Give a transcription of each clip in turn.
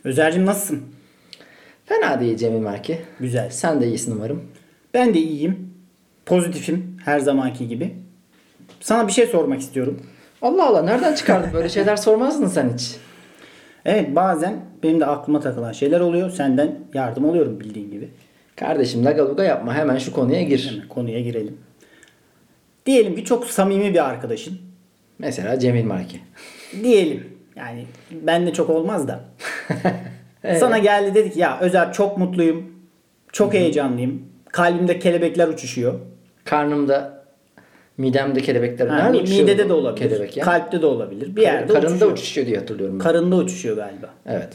Özer'cim nasılsın? Fena değil Cemil Marki. Güzel. Sen de iyisin umarım. Ben de iyiyim. Pozitifim her zamanki gibi. Sana bir şey sormak istiyorum. Allah Allah, nereden çıkardın böyle şeyler, sormazdın sen hiç. Evet, bazen benim de aklıma takılan şeyler oluyor. Senden yardım alıyorum bildiğin gibi. Kardeşim lagaluga yapma, hemen şu konuya gir. Hemen konuya girelim. Diyelim ki çok samimi bir arkadaşın. Mesela Cemil Marki. Diyelim. Yani ben de çok olmaz da. Sana geldi dedi ki ya Özer çok mutluyum. Çok heyecanlıyım. Kalbimde kelebekler uçuşuyor. Karnımda, midemde kelebekler. Ha, Nerede uçuyor midede bu de olabilir. kelebek ya? Kalpte de olabilir. Bir yerde Karında uçuşuyor. diye hatırlıyorum ben. Karında uçuşuyor galiba. Evet.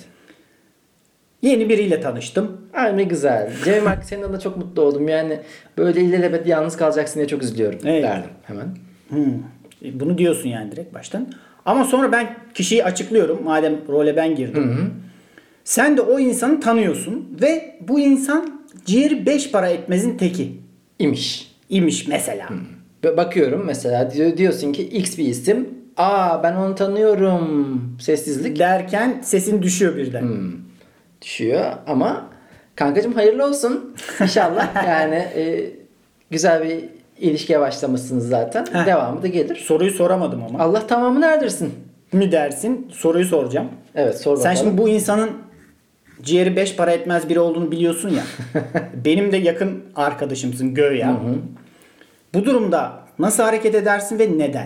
Yeni biriyle tanıştım. Ay ne güzel. Cemil Marki, senin adına çok mutlu oldum. Yani böyle ilelebet yalnız kalacaksın diye çok üzülüyorum. Evet. Derdim hemen. Bunu diyorsun yani direkt baştan. Ama sonra ben kişiyi açıklıyorum. Madem role ben girdim. Sen de o insanı tanıyorsun. Ve bu insan ciğeri 5 para etmezin teki. İmiş mesela. Bakıyorum mesela, diyorsun ki X bir isim. Aa, ben onu tanıyorum. Sessizlik. Derken sesin düşüyor birden. Düşüyor ama kankacığım hayırlı olsun. İnşallah yani güzel bir ilişkiye başlamışsınız zaten. Devamı da gelir. Soruyu soramadım ama. Allah tamamını erdirsin. Mi dersin? Soruyu soracağım. Evet, sor bakalım. Sen şimdi bu insanın ciğeri 5 para etmez biri olduğunu biliyorsun ya. Benim de yakın arkadaşımsın Göya. Bu durumda nasıl hareket edersin ve neden?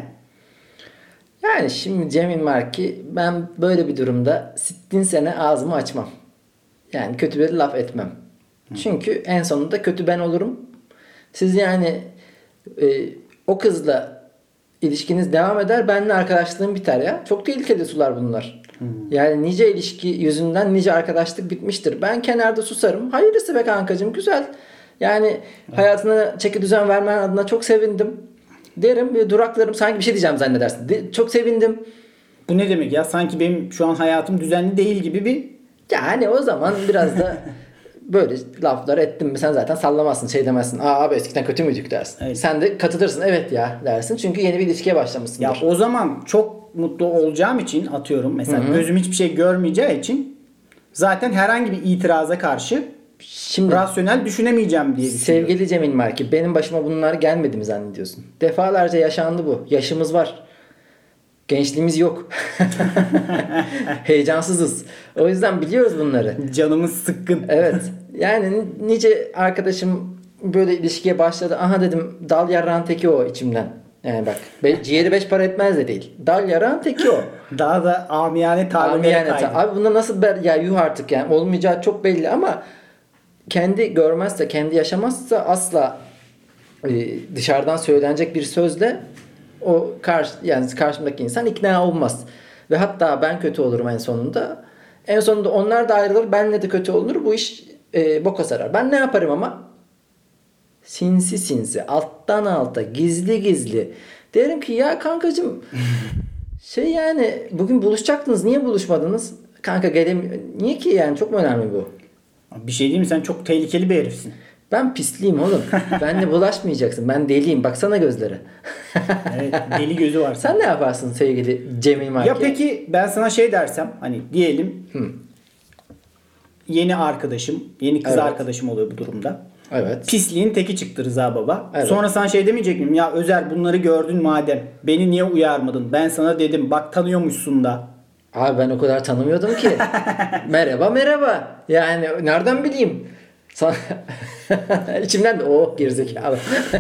Yani şimdi Cemil Marki, ben böyle bir durumda sittin sene ağzımı açmam. Yani kötü bir laf etmem. Çünkü en sonunda kötü ben olurum. Siz yani o kızla ilişkiniz devam eder, benimle arkadaşlığım biter ya. Çok tehlikeli sular bunlar. Yani nice ilişki yüzünden nice arkadaşlık bitmiştir. Ben kenarda susarım. Hayırlısı be kankacığım, güzel. Yani hayatına çeki düzen vermen adına çok sevindim derim ve duraklarım, sanki bir şey diyeceğim zannedersin. Çok sevindim. Bu ne demek ya? Sanki benim şu an hayatım düzenli değil gibi bir... Yani o zaman biraz da böyle laflar ettim mi sen zaten sallamazsın, şey demezsin. Aa abi, eskiden kötü müydük dersin. Evet. Sen de katılırsın, evet ya dersin. Çünkü yeni bir ilişkiye başlamışsındır. Ya o zaman çok mutlu olacağım için atıyorum. Mesela gözüm hiçbir şey görmeyeceği için zaten herhangi bir itiraza karşı Şimdi rasyonel düşünemeyeceğim diye düşünüyorum. sevgili Cemil Marki, benim başıma bunlar gelmedi mi zannediyorsun? Defalarca yaşandı bu. Yaşımız var. Gençliğimiz yok. Heyecansızız. O yüzden biliyoruz bunları. Canımız sıkkın. Evet. Yani nice arkadaşım böyle ilişkiye başladı. Aha dedim, dal yarrağın teki o içimden. Yani bak, ciğeri 5 para etmez de değil. Dal yarrağın teki o. Daha da amiyane tabirlere kaydı. Abi bunda nasıl ya, yuh artık yani, olmayacağı çok belli ama kendi görmezse, kendi yaşamazsa asla dışarıdan söylenecek bir sözle o karşımdaki insan ikna olmaz. Ve hatta ben kötü olurum en sonunda. En sonunda onlar da ayrılır, benle de kötü olur. Bu iş boka sarar. Ben ne yaparım ama? Sinsi sinsi, alttan alta, gizli gizli. Derim ki ya kankacığım, yani bugün buluşacaktınız, niye buluşmadınız? Kanka niye ki yani, çok mu önemli bu? Bir şey diyeyim mi? Sen çok tehlikeli bir herifsin. Ben pisliyim oğlum. Benle bulaşmayacaksın. Ben deliyim. Baksana gözlere. Evet, deli gözü var. Sen ne yaparsın sevgili Cemil Marki? Ya peki ben sana şey dersem, hani diyelim yeni arkadaşım, yeni kız arkadaşım oluyor bu durumda. Evet. Pisliğin teki çıktı Rıza Baba. Evet. Sonra sana şey demeyecek miyim? Ya Özer, bunları gördün madem. Beni niye uyarmadın? Ben sana dedim. Bak, tanıyormuşsun da. Abi ben o kadar tanımıyordum ki. Merhaba. Yani nereden bileyim? İçimden de gerizekalı.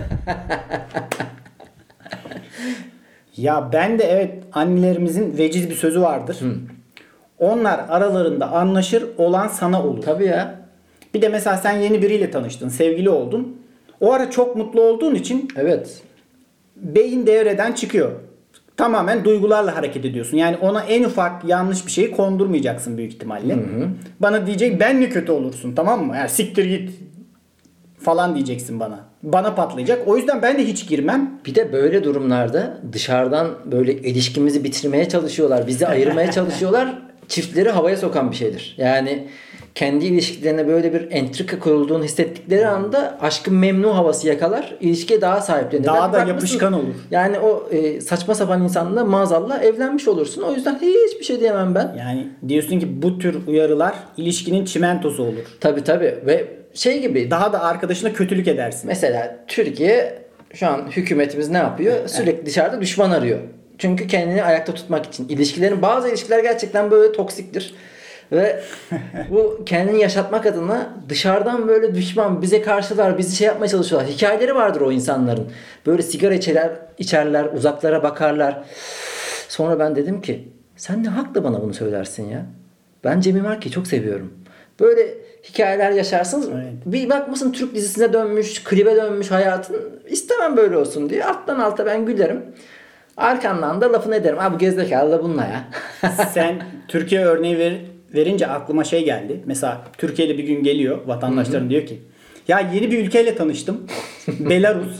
Ya ben de evet, annelerimizin veciz bir sözü vardır. Onlar aralarında anlaşır, olan sana olur. Tabii ya. Bir de mesela sen yeni biriyle tanıştın, sevgili oldun. O ara çok mutlu olduğun için Evet. beyin devreden çıkıyor. Tamamen duygularla hareket ediyorsun. Yani ona en ufak yanlış bir şeyi kondurmayacaksın büyük ihtimalle. Bana diyecek, ben mi kötü olursun, tamam mı? Yani siktir git falan diyeceksin bana. Bana patlayacak. O yüzden ben de hiç girmem. Bir de böyle durumlarda dışarıdan böyle ilişkimizi bitirmeye çalışıyorlar. Bizi ayırmaya çalışıyorlar. Çiftleri havaya sokan bir şeydir. Yani kendi ilişkilerine böyle bir entrika kurulduğunu hissettikleri anda aşkın memnun havası yakalar. İlişkiye daha sahiplenirler. Daha da Bakmışsın, yapışkan olur. Yani o saçma sapan insanla maazallah evlenmiş olursun. O yüzden hiçbir şey diyemem ben. Yani diyorsun ki bu tür uyarılar ilişkinin çimentosu olur. Tabii ve şey gibi Daha da arkadaşına kötülük edersin. mesela Türkiye şu an hükümetimiz ne yapıyor? Sürekli dışarıda düşman arıyor. Çünkü kendini ayakta tutmak için. Bazı ilişkiler gerçekten böyle toksiktir. Ve bu kendini yaşatmak adına dışarıdan böyle düşman, bize karşılar, bizi şey yapmaya çalışıyorlar. Hikayeleri vardır o insanların. Böyle sigara içerler, uzaklara bakarlar. Sonra ben dedim ki sen ne hakla bana bunu söylersin ya? Ben Cemil Marki'yi çok seviyorum. Böyle hikayeler yaşarsınız. Evet. Bir bakmışsın Türk dizisine dönmüş, klibe dönmüş hayatın. İstemem böyle olsun diye. Alttan alta ben gülerim. Arkandan da lafını ederim. Bu gerizekalı da bununla ya. Sen Türkiye örneği verince aklıma şey geldi. Mesela Türkiye'de bir gün geliyor vatandaşların diyor ki ya yeni bir ülkeyle tanıştım. Belarus.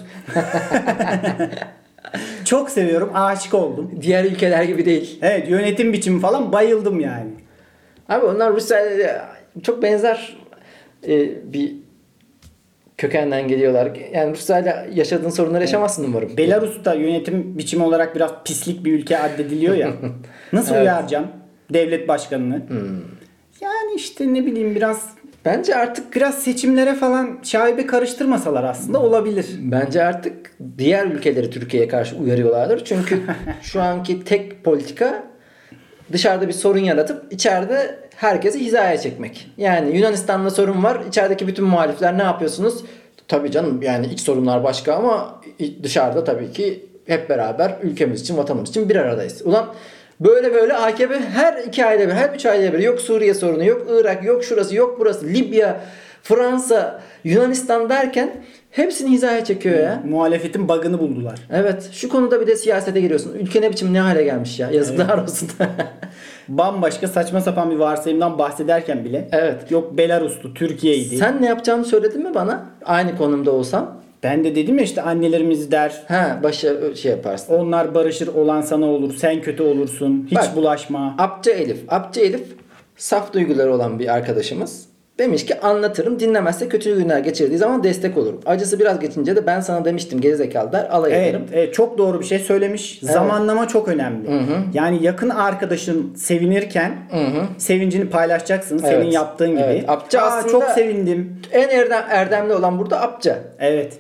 Çok seviyorum. Aşık oldum. Diğer ülkeler gibi değil. Evet, yönetim biçimi falan bayıldım yani. Abi onlar Rusya'yla çok benzer bir kökenden geliyorlar. Yani Rusya'yla yaşadığın sorunları yaşamazsın umarım. Belarus'ta yönetim biçimi olarak biraz pislik bir ülke addediliyor ya. Nasıl Evet. uyaracaksın devlet başkanını? Yani işte ne bileyim Bence artık biraz seçimlere falan şaibe karıştırmasalar aslında olabilir. diğer ülkeleri Türkiye'ye karşı uyarıyorlardır. Çünkü şu anki tek politika dışarıda bir sorun yaratıp içeride herkesi hizaya çekmek. Yani Yunanistan'da sorun var. İçerideki bütün muhalifler ne yapıyorsunuz? Tabii canım yani iç sorunlar başka ama dışarıda tabii ki hep beraber ülkemiz için, vatanımız için bir aradayız. Ulan böyle AKP her 2 ayda bir, her 3 ayda bir yok Suriye sorunu, yok Irak, yok şurası, yok burası, Libya, Fransa, Yunanistan derken hepsini hizaya çekiyor ya. Muhalefetin bug'ını buldular. Evet. Şu konuda bir de siyasete giriyorsun. Ülke ne biçim ne hale gelmiş ya. Yazıklar olsun. Bambaşka saçma sapan bir varsayımdan bahsederken bile Evet. yok Belarus'tu, Türkiye'ydi. Sen ne yapacağını söyledin mi bana? Aynı konumda olsam. Ben de dedim ya işte annelerimiz der. Başa şey yaparsın. Onlar barışır olan sana olur. Sen kötü olursun. Hiç Bak, bulaşma. Apça Elif saf duyguları olan bir arkadaşımız. Demiş ki anlatırım, dinlemezse kötü günler geçirdiği zaman destek olurum. Acısı biraz geçince de ben sana demiştim gerizekalı der, alay ederim. Evet, çok doğru bir şey söylemiş. Evet. Zamanlama çok önemli. Yani yakın arkadaşın sevinirken sevincini paylaşacaksın. Senin Evet. yaptığın gibi. Evet. Apça aslında çok sevindim. En erdemli olan burada Apça. Evet.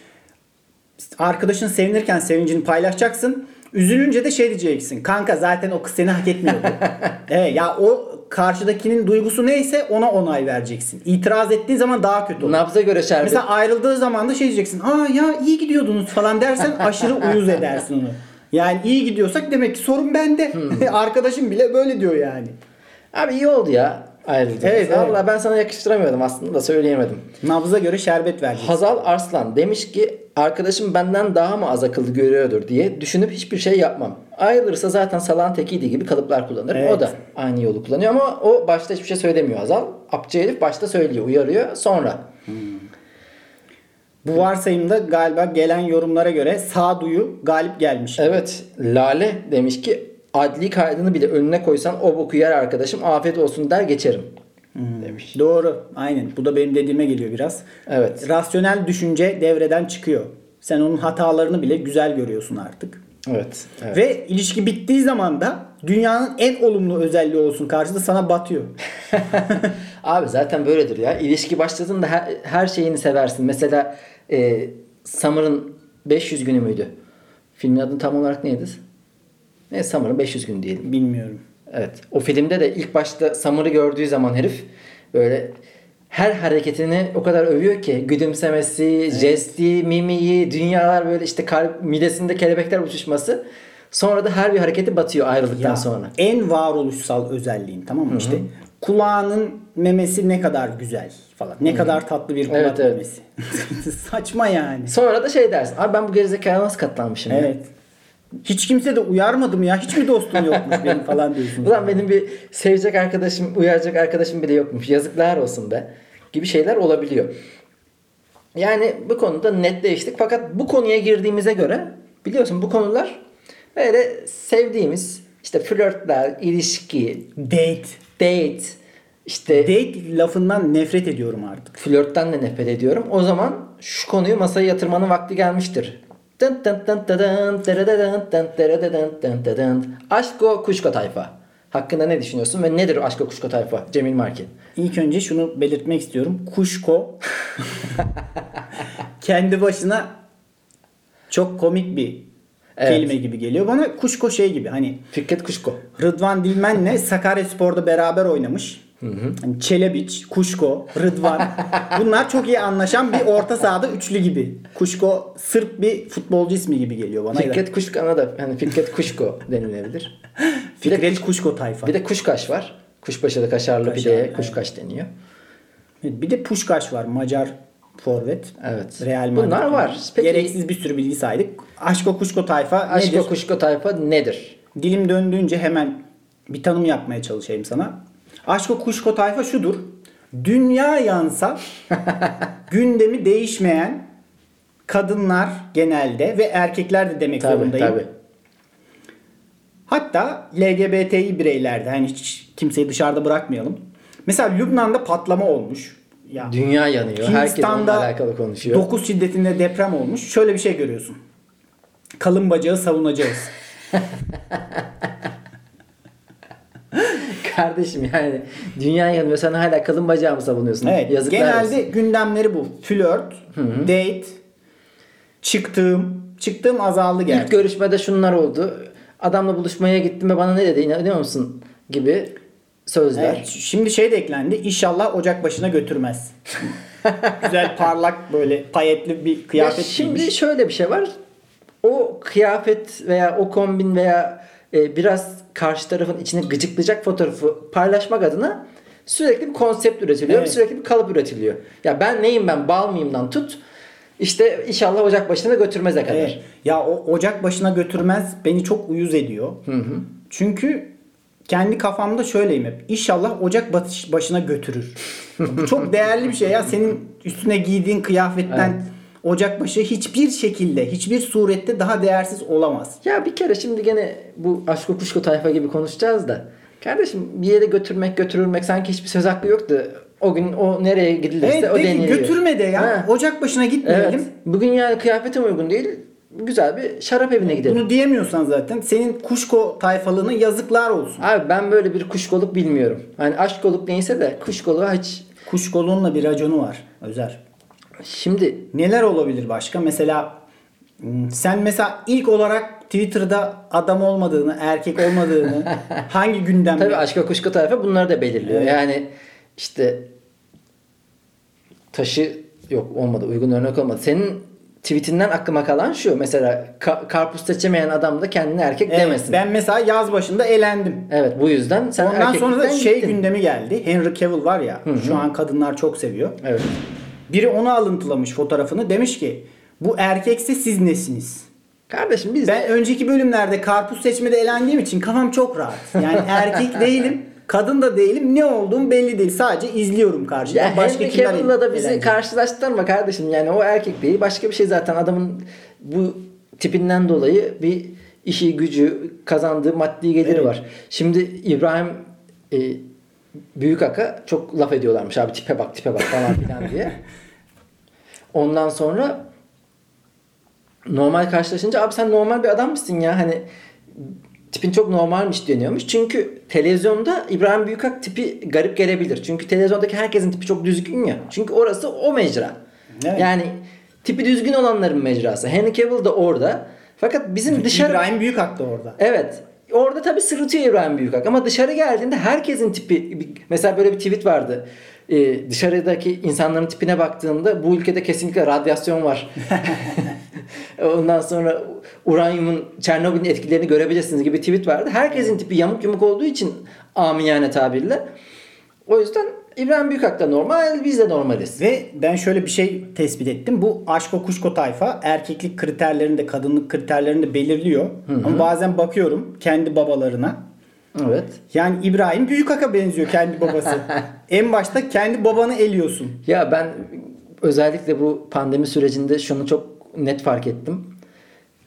Arkadaşın sevinirken sevincini paylaşacaksın. Üzülünce de şey diyeceksin. Kanka zaten o kız seni hak etmiyordu. Evet, ya o karşıdakinin duygusu neyse ona onay vereceksin. İtiraz ettiğin zaman daha kötü olur. Nabza göre şerbet. Mesela ayrıldığı zaman da şey diyeceksin. Ya iyi gidiyordunuz falan dersen aşırı uyuz edersin onu. Yani iyi gidiyorsak demek ki sorun bende. Arkadaşım bile böyle diyor yani. Abi iyi oldu ya ayrıldınız. Evet. Vallahi ben sana yakıştıramıyordum aslında da söyleyemedim. Nabza göre şerbet vereceksin. Hazal Arslan demiş ki arkadaşım benden daha mı az akıllı görüyordur diye düşünüp hiçbir şey yapmam. Ayrılırsa zaten salağın tekiydi gibi kalıplar kullanırım. Evet. O da aynı yolu kullanıyor ama o başta hiçbir şey söylemiyor Hazal. Apça Elif başta söylüyor, uyarıyor sonra. Bu varsayımda galiba gelen yorumlara göre sağduyu galip gelmiş. Evet, Lale demiş ki adli kaydını bile önüne koysan o boku yer arkadaşım afiyet olsun der geçerim. Demiş. Doğru. Aynen. Bu da benim dediğime geliyor biraz. Evet. Rasyonel düşünce devreden çıkıyor. Sen onun hatalarını bile güzel görüyorsun artık. Evet. Ve ilişki bittiği zaman da dünyanın en olumlu özelliği olsun karşıda sana batıyor. Abi zaten böyledir ya. İlişki başladığında her şeyini seversin. Mesela Summer'ın 500 günü müydü? Filmin adı tam olarak neydi? Summer'ın 500 günü diyelim. Bilmiyorum. Evet. O filmde de ilk başta Summer'ı gördüğü zaman herif böyle her hareketini o kadar övüyor ki gülümsemesi, jesti, mimiği, dünyalar böyle işte midesinde kelebekler uçuşması. Sonra da her bir hareketi batıyor ayrıldıktan sonra. En varoluşsal özelliğin, tamam mı? İşte kulağının memesi ne kadar güzel falan. Ne kadar tatlı bir kulak memesi. Saçma yani. Sonra da şey dersin. Abi ben bu gerizekalıya nasıl katlanmışım ya? Evet. Hiç kimse de uyarmadım ya. Hiç mi dostum yokmuş benim falan diyorsun. Ulan benim bir sevecek arkadaşım, uyaracak arkadaşım bile yokmuş. Yazıklar olsun be. Gibi şeyler olabiliyor. Yani bu konuda netleştik. Fakat bu konuya girdiğimize göre biliyorsun bu konular böyle sevdiğimiz işte flörtler, ilişki, Date. İşte Date lafından nefret ediyorum artık. flörtten de nefret ediyorum. O zaman şu konuyu masaya yatırmanın vakti gelmiştir. Dın dın dın dın dın, dırıdıdın dın dırıdıdın dın dın dın. Aşko Kuşko Tayfa. Hakkında ne düşünüyorsun ve nedir Aşko Kuşko Tayfa? Cemil Markin. İlk önce şunu belirtmek istiyorum. Kuşko kendi başına çok komik bir kelime gibi geliyor. Bana Kuşko şey gibi, hani Fikret Kuşko. Rıdvan Dilmen'le Sakaryaspor'da beraber oynamış. Hani Çelebiç, Kuşko, Rıdvan. Bunlar çok iyi anlaşan bir orta sahada üçlü gibi. Kuşko Sırp bir futbolcu ismi gibi geliyor bana. Fikret Kuşkan'a da hani Fikret Kuşko denilebilir. Fikret Kuşko tayfa. Bir de Kuşkaş var. Kuşbaşılı kaşarlı pideye evet. Kuşkaş deniyor. Bir de Puşkaş var, Macar forvet. Evet. Real Madrid. Bunlar var. Peki, gereksiz bir sürü bilgi saydık. Aşko Kuşko tayfa nedir? Aşko Kuşko Tayfa nedir? Dilim döndüğünce hemen bir tanım yapmaya çalışayım sana. Aşko Kuşko tayfa şudur. Dünya yansa gündemi değişmeyen kadınlar genelde ve erkekler de demek zorundayım. Tabii. Hatta LGBTİ bireylerde, hani hiç kimseyi dışarıda bırakmayalım. Mesela Lübnan'da patlama olmuş. Ya, Dünya yanıyor. Herkes onunla Hindistan'da alakalı konuşuyor. 9 şiddetinde deprem olmuş. Şöyle bir şey görüyorsun. Kalın bacağı savunacağız. Kardeşim yani dünya yanıyor. Sen hala kalın bacağı mı savunuyorsun? Evet. Yazıklar Genelde olsun. gündemleri bu. Flört, date, çıktığım azaldı İlk gerçi. görüşmede şunlar oldu. Adamla buluşmaya gittim ve bana ne dedi? İnanıyor musun? Gibi sözler. Evet, şimdi şey de eklendi. İnşallah ocak başına götürmez. Güzel parlak böyle payetli bir Ya kıyafet şimdi giymiş. şöyle bir şey var. O kıyafet veya o kombin veya biraz karşı tarafın içine gıcıklayacak fotoğrafı paylaşmak adına sürekli bir konsept üretiliyor. Evet. Sürekli bir kalıp üretiliyor. Ya ben neyim, ben bal mıyımdan tut. İşte inşallah ocak başına götürmeze kadar. Evet. Ya o ocak başına götürmez beni çok uyuz ediyor. Çünkü kendi kafamda şöyleyim hep. İnşallah ocak başına götürür. Bu çok değerli bir şey ya. Senin üstüne giydiğin kıyafetten ocakbaşı hiçbir şekilde, hiçbir surette daha değersiz olamaz. Ya bir kere şimdi gene bu Aşko Kuşko Tayfa gibi konuşacağız da. Kardeşim bir yere götürülmek sanki hiçbir söz hakkı yoktu. O gün o nereye gidilirse Evet, o peki deniliyor. götürme de ya. Ha. Ocak başına gitmeyelim. Evet. Bugün yani kıyafetim uygun değil. Güzel bir şarap evine gidelim. Bunu diyemiyorsan zaten senin kuşko tayfalığına yazıklar olsun. Abi ben böyle bir kuşkoluk bilmiyorum. Hani aşkoluk neyse de kuşkoluğa hiç... Kuşkoluğun da bir raconu var Özer. Şimdi Neler olabilir başka? Mesela sen mesela ilk olarak Twitter'da adam olmadığını, erkek olmadığını hangi gündemde? tabii Aşko Kuşko Tayfa bunları da belirliyor. Evet. Yani işte taşı yok olmadı. Uygun örnek olmadı. Senin tweetinden aklıma kalan şu. Mesela karpuz seçemeyen adam da kendine erkek Evet, demesin. ben mesela yaz başında elendim. Evet, bu yüzden sen Ondan sonra da erkeklikten şey gittin. gündemi geldi. Henry Cavill var ya, şu an kadınlar çok seviyor. Evet. Biri onu alıntılamış fotoğrafını. Demiş ki bu erkekse siz nesiniz? Kardeşim biz Ben önceki bölümlerde karpuz seçmede elendiğim için kafam çok rahat. Yani erkek değilim, kadın da değilim. Ne olduğum belli değil. Sadece izliyorum karşıdan. ya Başka Henry kimler Cavill'la da bizi eğlenceli? karşılaştırma kardeşim. Yani o erkek değil. Başka bir şey zaten. Adamın bu tipinden dolayı bir işi gücü kazandığı maddi geliri Evet. var. Şimdi İbrahim Büyükak'a çok laf ediyorlarmış. Abi tipe bak falan filan diye. Ondan sonra normal karşılaşınca abi sen normal bir adam mısın ya? Hani tipin çok normalmiş deniyormuş. Çünkü televizyonda İbrahim Büyükak tipi garip gelebilir. Çünkü televizyondaki herkesin tipi çok düzgün ya. Çünkü orası o mecra. Evet. Yani tipi düzgün olanların mecrası. Henry Cavill da orada. Fakat bizim dışarı... İbrahim Büyükak da orada. Evet. Orada tabii sırıtıyor İbrahim Büyükak. Ama dışarı geldiğinde herkesin tipi... Mesela böyle bir tweet vardı. Dışarıdaki insanların tipine baktığında bu ülkede kesinlikle radyasyon var. Ondan sonra uranyumun, Çernobil'in etkilerini görebilirsiniz gibi tweet vardı. Herkesin tipi yamuk yumuk olduğu için amiyane tabirle. O yüzden İbrahim Büyükak da normal, biz de normaliz. Ve ben şöyle bir şey tespit ettim. Bu aşko kuşko tayfa erkeklik kriterlerini de kadınlık kriterlerini de belirliyor. Ama bazen bakıyorum kendi babalarına. Evet. Yani İbrahim Büyükak'a benziyor kendi babası. En başta kendi babanı eliyorsun. Ya ben özellikle bu pandemi sürecinde şunu çok net fark ettim.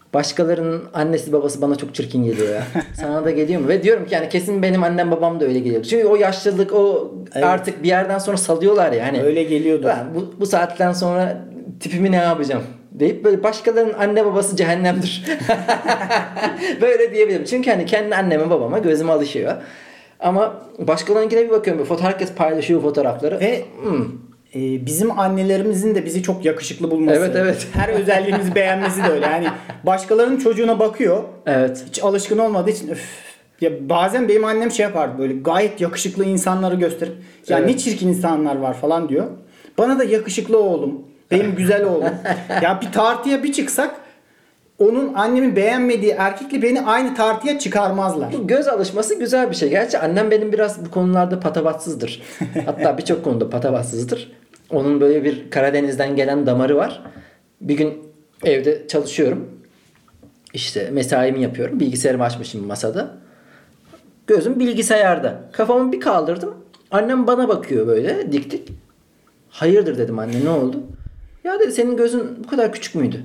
Başkalarının annesi babası bana çok çirkin geliyor ya. Sana da geliyor mu? Ve diyorum ki yani kesin benim annem babam da öyle geliyor. Çünkü o yaşlılık o artık bir yerden sonra salıyorlar ya. Hani, öyle geliyordu. Ben bu saatten sonra tipimi ne yapacağım deyip böyle başkalarının anne babası cehennemdir. Böyle diyebilirim. Çünkü hani kendi anneme babama gözüm alışıyor. Ama başkalarınkine bir bakıyorum. Herkes paylaşıyor fotoğrafları. Ve bizim annelerimizin de bizi çok yakışıklı bulması. Evet. Her özelliğimizi beğenmesi de öyle. Yani başkalarının çocuğuna bakıyor. Evet. Hiç alışkın olmadığı için ya bazen benim annem şey yapardı, böyle gayet yakışıklı insanları gösterip ya ne çirkin insanlar var falan diyor. Bana da yakışıklı oğlum, benim güzel oğlum. Ya bir tartıya bir çıksak onun, annemin beğenmediği erkekle beni aynı tartıya çıkarmazlar. Bu göz alışması güzel bir şey. Gerçi annem benim biraz bu konularda patavatsızdır. Hatta birçok konuda patavatsızdır. Onun böyle bir Karadeniz'den gelen damarı var. Bir gün evde çalışıyorum. İşte mesaimi yapıyorum. Bilgisayarımı açmışım masada. Gözüm bilgisayarda. Kafamı bir kaldırdım. Annem bana bakıyor böyle dik dik. Hayırdır dedim anne, ne oldu? Ya dedi, senin gözün bu kadar küçük müydü?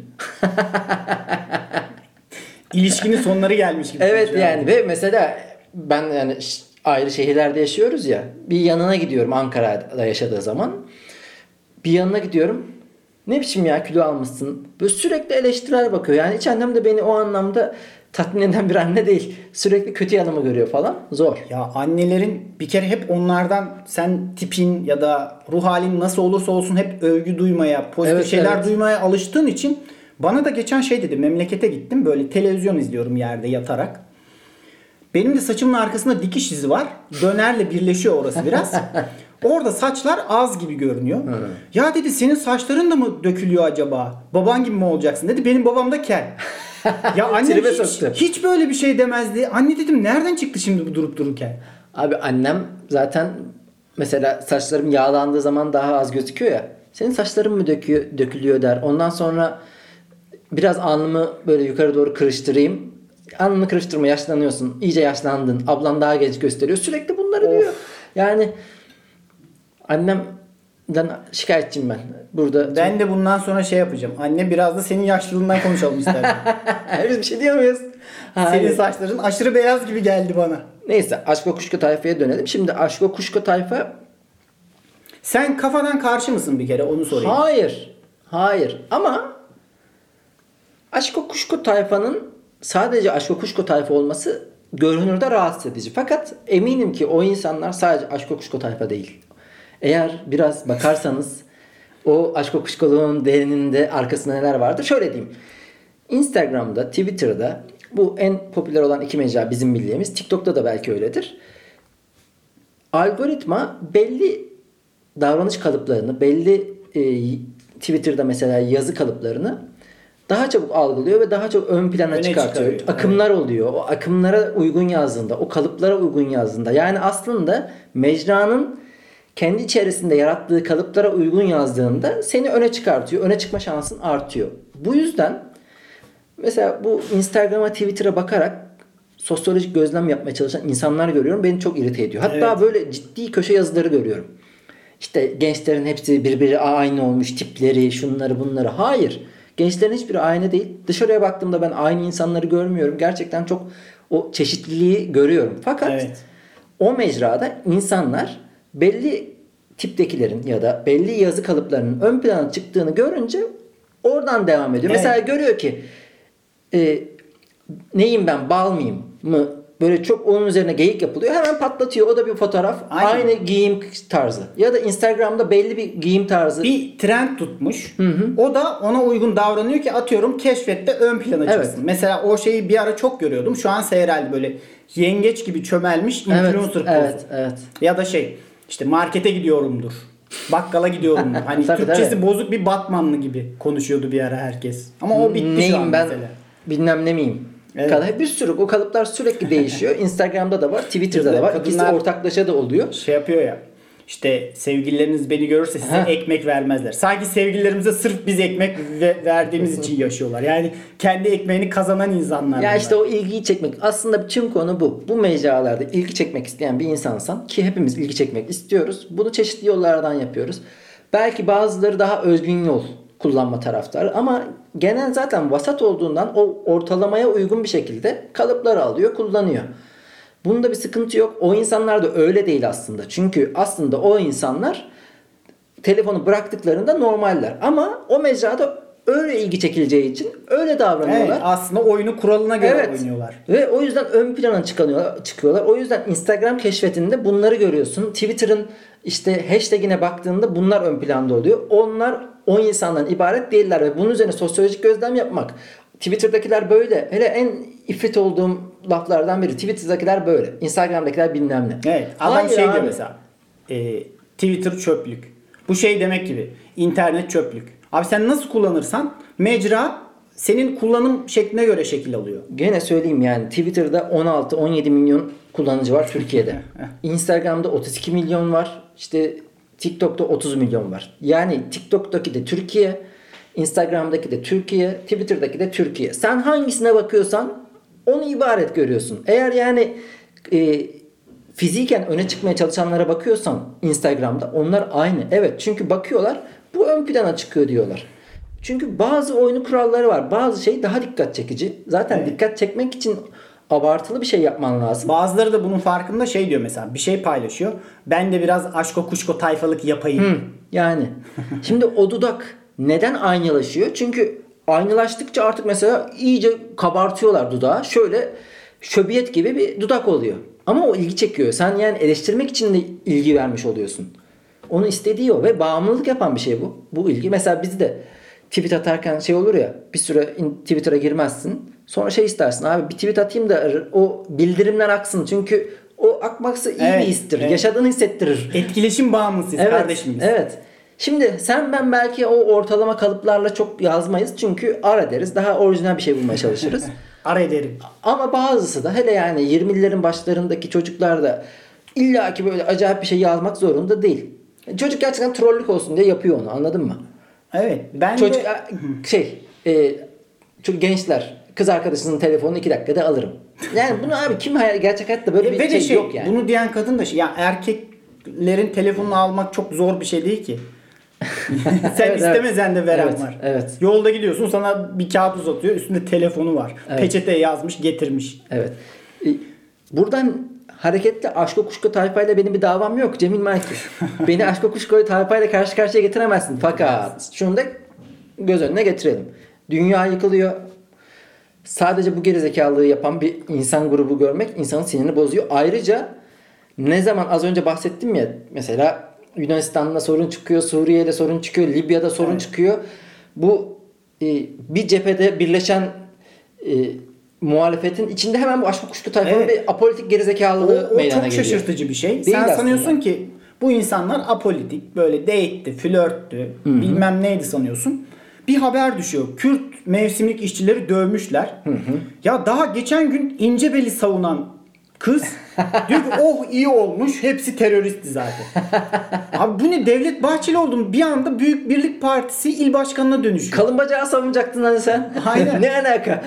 İlişkinin sonları gelmiş gibi. Evet yani ve mesela ben yani ayrı şehirlerde yaşıyoruz ya. Bir yanına gidiyorum Ankara'da yaşadığı zaman. Bir yanına gidiyorum. Ne biçim ya kilo almışsın? Böyle sürekli eleştirel bakıyor. Yani hiç annem de beni o anlamda tatmin eden bir anne değil. Sürekli kötü yanımı görüyor falan. Zor. Ya annelerin bir kere hep onlardan sen tipin ya da ruh halin nasıl olursa olsun hep övgü duymaya, pozitif şeyler duymaya alıştığın için bana da geçen şey dedi. Memlekete gittim. Böyle televizyon izliyorum yerde yatarak. Benim de saçımın arkasında dikiş izi var. Dönerle birleşiyor orası biraz. Orada saçlar az gibi görünüyor. Ya dedi, senin saçların da mı dökülüyor acaba? Baban gibi mi olacaksın dedi. Benim babam da kel. Ya annem hiç böyle bir şey demezdi. Anne dedim, nereden çıktı şimdi bu durup dururken? Abi annem zaten mesela saçlarım yağlandığı zaman daha az gözüküyor ya. Senin saçların mı dökülüyor der. Ondan sonra biraz alnımı böyle yukarı doğru kırıştırayım. Alnını kırıştırma, yaşlanıyorsun. İyice yaşlandın. Ablan daha genç gösteriyor. Sürekli bunları diyor. Yani annemden şikayetçiyim ben. Burada Ben de bundan sonra şey yapacağım. Anne, biraz da senin yaşlılığından konuşalım isterdim. biz bir şey diyor muyuz? Senin saçların aşırı beyaz gibi geldi bana. Neyse, Aşk ve Kuşku Tayfa'ya dönelim. Şimdi Aşk ve Kuşku Tayfa... Sen kafadan karşı mısın bir kere, onu sorayım. Hayır. Ama Aşk ve Kuşku Tayfa'nın sadece Aşk ve Kuşku Tayfa olması görünürde rahatsız edici. Fakat eminim ki o insanlar sadece Aşk ve Kuşku Tayfa değil. Eğer biraz bakarsanız o aşk ve kuşkuluğun derininde arkasında neler vardır? Şöyle diyeyim. Instagram'da, Twitter'da, bu en popüler olan iki mecra bizim bildiğimiz. TikTok'ta da belki öyledir. Algoritma belli davranış kalıplarını, belli Twitter'da mesela yazı kalıplarını daha çabuk algılıyor ve daha çok ön plana çıkartıyor. Akımlar oluyor. O akımlara uygun yazdığında, o kalıplara uygun yazdığında. Yani aslında mecranın kendi içerisinde yarattığı kalıplara uygun yazdığında seni öne çıkartıyor. Öne çıkma şansın artıyor. Bu yüzden mesela bu Instagram'a, Twitter'a bakarak sosyolojik gözlem yapmaya çalışan insanlar görüyorum. Beni çok irite ediyor. Hatta böyle ciddi köşe yazıları görüyorum. İşte gençlerin hepsi birbiri aynı olmuş, tipleri, şunları bunları. Hayır. Gençlerin hiçbiri aynı değil. Dışarıya baktığımda ben aynı insanları görmüyorum. Gerçekten çok o çeşitliliği görüyorum. Fakat o mecrada insanlar belli tiptekilerin ya da belli yazı kalıplarının ön plana çıktığını görünce oradan devam ediyor. Mesela görüyor ki neyim ben, bal mıyım mı? Böyle çok onun üzerine geyik yapılıyor. Hemen patlatıyor. O da bir fotoğraf. Aynı giyim tarzı. Ya da Instagram'da belli bir giyim tarzı. Bir trend tutmuş. O da ona uygun davranıyor ki atıyorum keşfette ön plana çıksın. Mesela o şeyi bir ara çok görüyordum. Şu an seyreldi, böyle yengeç gibi çömelmiş influencer pozu. Evet. Ya da şey işte markete gidiyorumdur. Bakkala gidiyorumdur. Hani Türkçesi bozuk bir Batmanlı gibi konuşuyordu bir ara herkes. Ama o bitti şu an ben, mesela. Bilmem ne miyim? Evet. Bir sürü o kalıplar sürekli değişiyor. Instagram'da da var, Twitter'da da var. İkisi ortaklaşa da oluyor. Şey yapıyor ya. İşte sevgilileriniz beni görürse size ekmek vermezler. Sanki sevgililerimize sırf biz ekmek verdiğimiz için yaşıyorlar. Yani kendi ekmeğini kazanan insanlar. Ya işte o ilgiyi çekmek. Aslında tüm konu bu. Bu mecralarda ilgi çekmek isteyen bir insansan, ki hepimiz ilgi çekmek istiyoruz. Bunu çeşitli yollardan yapıyoruz. Belki bazıları daha özgün yol kullanma taraftarı. Ama genel zaten vasat olduğundan o ortalamaya uygun bir şekilde kalıpları alıyor, kullanıyor. Bunda bir sıkıntı yok. O insanlar da öyle değil aslında. Çünkü aslında o insanlar telefonu bıraktıklarında normaller. Ama o mecrada öyle ilgi çekileceği için öyle davranıyorlar. Evet, aslında oyunu kuralına göre oynuyorlar. Ve o yüzden ön plana çıkıyorlar. O yüzden Instagram keşfetinde bunları görüyorsun. Twitter'ın işte hashtag'ine baktığında bunlar ön planda oluyor. Onlar o insandan ibaret değiller ve bunun üzerine sosyolojik gözlem yapmak. Twitter'dakiler böyle. Hele en ifrit olduğum laflardan biri. Twitter'dakiler böyle. Instagram'dakiler bilmem ne. Evet. Adam şey diyor mesela. Twitter çöplük. Bu şey demek gibi. İnternet çöplük. Abi sen nasıl kullanırsan mecra senin kullanım şekline göre şekil alıyor. Gene söyleyeyim yani Twitter'da 16-17 milyon kullanıcı var Türkiye'de. Instagram'da 32 milyon var. İşte TikTok'ta 30 milyon var. Yani TikTok'taki de Türkiye, Instagram'daki de Türkiye, Twitter'daki de Türkiye. Sen hangisine bakıyorsan onu ibaret görüyorsun. Eğer yani fiziken öne çıkmaya çalışanlara bakıyorsan Instagram'da onlar aynı. Evet, çünkü bakıyorlar bu ön plana çıkıyor diyorlar. Çünkü bazı oyunu kuralları var. Bazı şey daha dikkat çekici. Zaten dikkat çekmek için abartılı bir şey yapman lazım. Bazıları da bunun farkında şey diyor mesela. Bir şey paylaşıyor. Ben de biraz aşko kuşko tayfalık yapayım. Yani. Şimdi o dudak neden aynılaşıyor? Çünkü aynılaştıkça artık mesela iyice kabartıyorlar dudağı. Şöyle şöbiyet gibi bir dudak oluyor. Ama o ilgi çekiyor. Sen yani eleştirmek için de ilgi vermiş oluyorsun. Onu istediği o ve bağımlılık yapan bir şey bu. Bu ilgi. Mesela biz de tweet atarken şey olur ya, bir süre Twitter'a girmezsin. Sonra şey istersin, abi bir tweet atayım da o bildirimler aksın. Çünkü o akması iyi bir histir. Evet. Yaşadığını hissettirir. Etkileşim bağımlısıyız kardeşim biz. Evet. Şimdi sen ben belki o ortalama kalıplarla çok yazmayız. Çünkü ara deriz. Daha orijinal bir şey bulmaya çalışırız. Ara ederim. Ama bazısı da hele yani 20'lerin başlarındaki çocuklar da illaki böyle acayip bir şey yazmak zorunda değil. Çocuk gerçekten trollük olsun diye yapıyor onu, anladın mı? Evet. Ben çocuk de... çok gençler kız arkadaşının telefonunu 2 dakikada alırım. Yani bunu abi kim gerçek hayatta böyle bir şey yok yani. Bunu diyen kadın da ya erkeklerin telefonunu almak çok zor bir şey değil ki. Sen istemesen de veren var. Evet. Yolda gidiyorsun, sana bir kağıt uzatıyor. Üstünde telefonu var. Evet. Peçete yazmış, getirmiş. Evet. Buradan hareketle Aşko Kuşko tayfayla benim bir davam yok Cemil Marki. Beni Aşko Kuşko tayfayla karşı karşıya getiremezsin. Fakat şunu da göz önüne getirelim. Dünya yıkılıyor. Sadece bu gerizekalılığı yapan bir insan grubu görmek insanın sinirini bozuyor. Ayrıca ne zaman az önce bahsettim ya, mesela Yunanistan'da sorun çıkıyor, Suriye'de sorun çıkıyor, Libya'da sorun çıkıyor. Bu bir cephede birleşen muhalefetin içinde hemen bu Aşko Kuşko tayfanın bir apolitik gerizekalılığı meydana geliyor. O çok şaşırtıcı bir şey. Değil sen aslında. sanıyorsun ki bu insanlar apolitik, böyle date'ti, flörttü, bilmem neydi sanıyorsun. Bir haber düşüyor. Kürt mevsimlik işçileri dövmüşler. Ya daha geçen gün İncebel'i savunan kız diyor ki oh iyi olmuş, hepsi teröristti zaten. Abi bu ne, Devlet Bahçeli oldum bir anda Büyük Birlik Partisi il başkanına dönüşüyor. Kalın bacağı savunacaktın hani sen. Aynen. Ne alaka?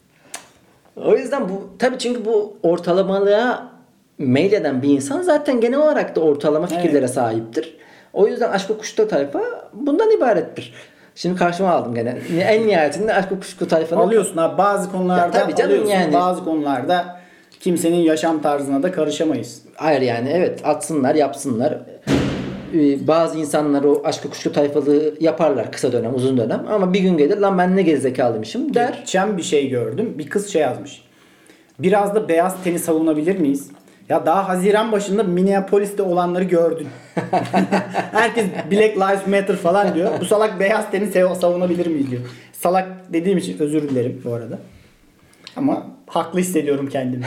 O yüzden bu tabii, çünkü bu ortalamalığa meyleden bir insan zaten genel olarak da ortalama fikirlere sahiptir. O yüzden Aşko Kuşko tayfa bundan ibarettir. Şimdi karşıma aldım gene. En nihayetinde Aşko Kuşko tayfanın... Alıyorsun abi, bazı konularda tabii canım, alıyorsun, yani. bazı konularda kimsenin yaşam tarzına da karışamayız. Hayır yani evet, atsınlar yapsınlar. Bazı insanlar o Aşko Kuşko tayfalığı yaparlar kısa dönem uzun dönem, ama bir gün gelir lan ben ne gerizekalıymışım der. Geçen bir şey gördüm, bir kız şey yazmış. Biraz da beyaz teni savunabilir miyiz? Ya daha Haziran başında Minneapolis'te olanları gördün. Herkes Black Lives Matter falan diyor. Bu salak beyaz teni savunabilir miyiz diyor. Salak dediğim için özür dilerim bu arada. Ama haklı hissediyorum kendimi.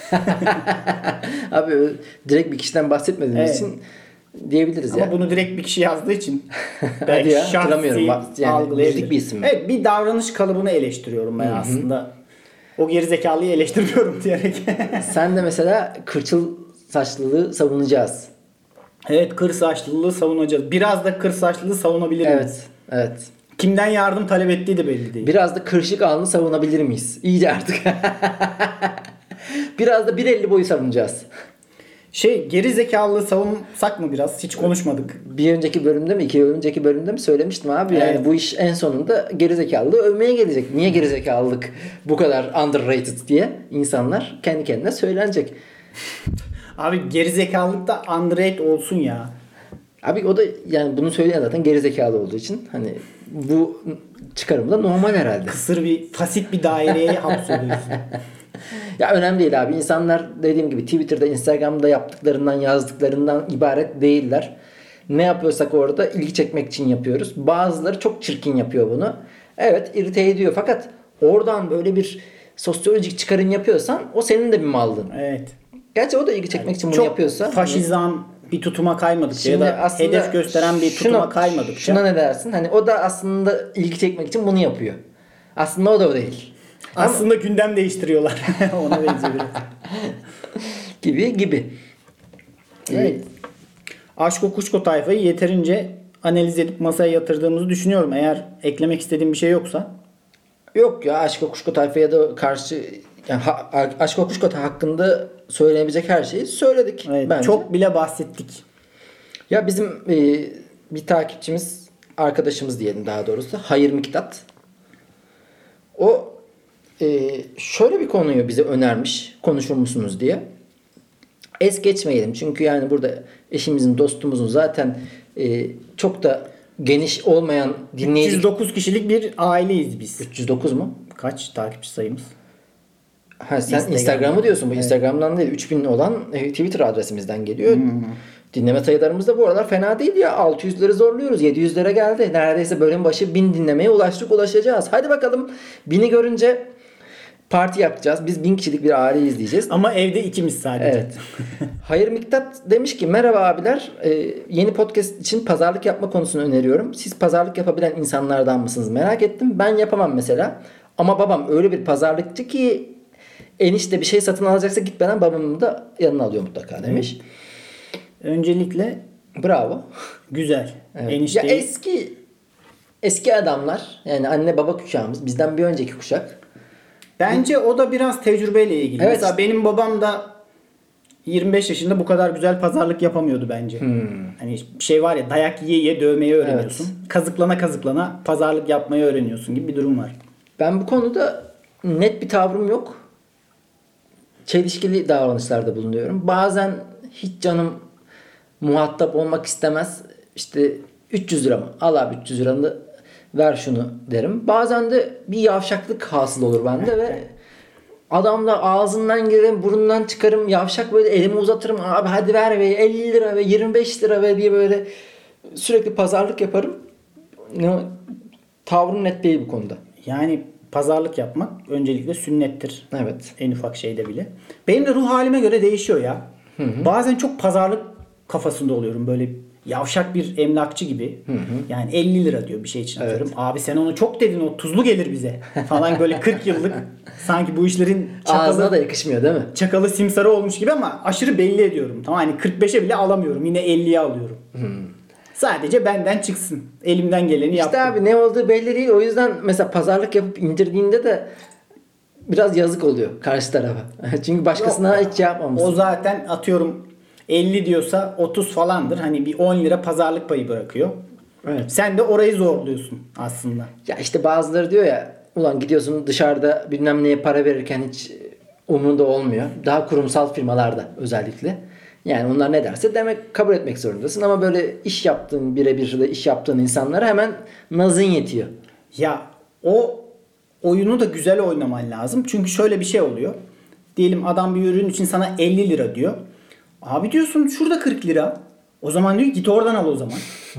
Abi direkt bir kişiden bahsetmediğimiz için diyebiliriz ya. Ama bunu direkt bir kişi yazdığı için belki hatırlamıyorum. Yani bildik bir isim. Evet, bir davranış kalıbını eleştiriyorum ben aslında. O gerizekalıyı eleştirmiyorum diyerek. Sen de mesela kırçıl saçlılığı savunacağız. Evet, kır saçlılığı savunacağız. Biraz da kır saçlılığı savunabilir miyiz? Evet. Kimden yardım talep ettiği de belli değil. Biraz da kırışık alnı savunabilir miyiz? İyice artık. Biraz da 1.50 boyu savunacağız. Geri zekalılığı savunsak mı biraz? Hiç konuşmadık. Bir önceki bölümde mi, iki önceki bölümde mi söylemiştim abi. Yani Evet. bu iş en sonunda gerizekalılığı övmeye gelecek. Niye gerizekalılık bu kadar underrated diye insanlar kendi kendine söylenecek. Abi geri zekalılık da underrated olsun ya. Abi o da yani bunu söyleyen zaten gerizekalı olduğu için hani bu çıkarım da normal herhalde. Kısır bir fasit bir daireye hapsoluyorsun. Ya önemli değil abi. İnsanlar dediğim gibi Twitter'da, Instagram'da yaptıklarından, yazdıklarından ibaret değiller. Ne yapıyorsak orada ilgi çekmek için yapıyoruz. Bazıları çok çirkin yapıyor bunu. Evet, irite ediyor fakat oradan böyle bir sosyolojik çıkarım yapıyorsan o senin de bir mallığın. Evet. Gerçi o da ilgi çekmek için bunu Çok yapıyorsa. faşizan bir tutuma kaymadıkça ya Şimdi da aslında hedef gösteren bir tutuma kaymadıkça. Şuna ne dersin? Hani o da aslında ilgi çekmek için bunu yapıyor. Aslında o da o değil. Aslında gündem değiştiriyorlar. Ona benziyor biraz. Gibi. Evet. Aşko Kuşko tayfayı yeterince analiz edip masaya yatırdığımızı düşünüyorum. Eğer eklemek istediğim bir şey yoksa. Yok ya, Aşk Kuşku tayfaya da karşı yani Aşk Kuşku hakkında söylenebilecek her şeyi söyledik Evet, bence. çok bile bahsettik. Ya bizim bir takipçimiz, arkadaşımız diyelim daha doğrusu, Hayır Miktat. O şöyle bir konuyu bize önermiş, konuşur musunuz diye. Es geçmeyelim çünkü yani burada eşimizin, dostumuzun zaten çok da geniş olmayan dinleyici. 109 kişilik bir aileyiz biz. 309 mu? Kaç takipçi sayımız? Ha, sen Instagram'ı diyorsun. Bu Instagram'dan değil. 3000 olan Twitter adresimizden geliyor. Dinleme sayılarımız da bu aralar fena değil ya. 600'leri zorluyoruz. 700'lere geldi. Neredeyse bölüm başı 1000 dinlemeye ulaşacağız. Hadi bakalım. 1000'i görünce parti yapacağız. Biz 1000 kişilik bir aile izleyeceğiz. Ama evde ikimiz sadece. Evet. Hayır Miktat demiş ki merhaba abiler. Yeni podcast için pazarlık yapma konusunu öneriyorum. Siz pazarlık yapabilen insanlardan mısınız? Merak ettim. Ben yapamam mesela. Ama babam öyle bir pazarlıkçı ki enişte bir şey satın alacaksa gitmeden babamın da yanına alıyor mutlaka demiş. Öncelikle Bravo. güzel. Evet. Enişteyi... Ya eski adamlar yani anne baba kuşağımız bizden bir önceki kuşak. Bence o da biraz tecrübeyle ilgili. Evet. Mesela benim babam da 25 yaşında bu kadar güzel pazarlık yapamıyordu bence. Hani bir şey var ya, dayak yiye yiye dövmeyi öğreniyorsun. Evet. Kazıklana kazıklana pazarlık yapmayı öğreniyorsun gibi bir durum var. Ben bu konuda net bir tavrım yok. Çelişkili davranışlarda bulunuyorum. Bazen hiç canım muhatap olmak istemez. İşte 300 lira mı? Al abi 300 liranı ver şunu derim. Bazen de bir yavşaklık hasıl olur bende ve adamla ağzından girerim, burnundan çıkarım. Yavşak böyle elimi uzatırım. Abi hadi ver ve 50 lira ve 25 lira ve diye böyle sürekli pazarlık yaparım. Tavrım net değil bu konuda. Yani pazarlık yapmak öncelikle sünnettir. Evet. En ufak şeyde bile. Benim de ruh halime göre değişiyor ya. Bazen çok pazarlık kafasında oluyorum. Böyle yavşak bir emlakçı gibi. Yani 50 lira diyor bir şey için atıyorum. Evet. Abi sen onu çok dedin, o tuzlu gelir bize falan, böyle 40 yıllık sanki bu işlerin Ağzına da yakışmıyor değil mi? çakalı simsarı olmuş gibi ama aşırı belli ediyorum. Tamam, hani 45'e bile alamıyorum. Yine 50'ye alıyorum. Sadece benden çıksın. Elimden geleni yaptım. İşte abi ne olduğu belli değil. O yüzden mesela pazarlık yapıp indirdiğinde de biraz yazık oluyor karşı tarafa. Çünkü başkasına hiç yapmamışsın. O zaten atıyorum 50 diyorsa 30 falandır. Hani bir 10 lira pazarlık payı bırakıyor. Evet. Sen de orayı zorluyorsun aslında. Ya işte bazıları diyor ya, ulan gidiyorsun dışarıda bilmem neye para verirken hiç umurunda olmuyor. Daha kurumsal firmalarda özellikle. Yani onlar ne derse demek, kabul etmek zorundasın ama böyle iş yaptığın, birebir de iş yaptığın insanlara hemen nazın yetiyor. Ya o oyunu da güzel oynaman lazım. Çünkü şöyle bir şey oluyor. Diyelim adam bir ürün için sana 50 lira diyor. Abi diyorsun şurada 40 lira. O zaman diyor git oradan al o zaman.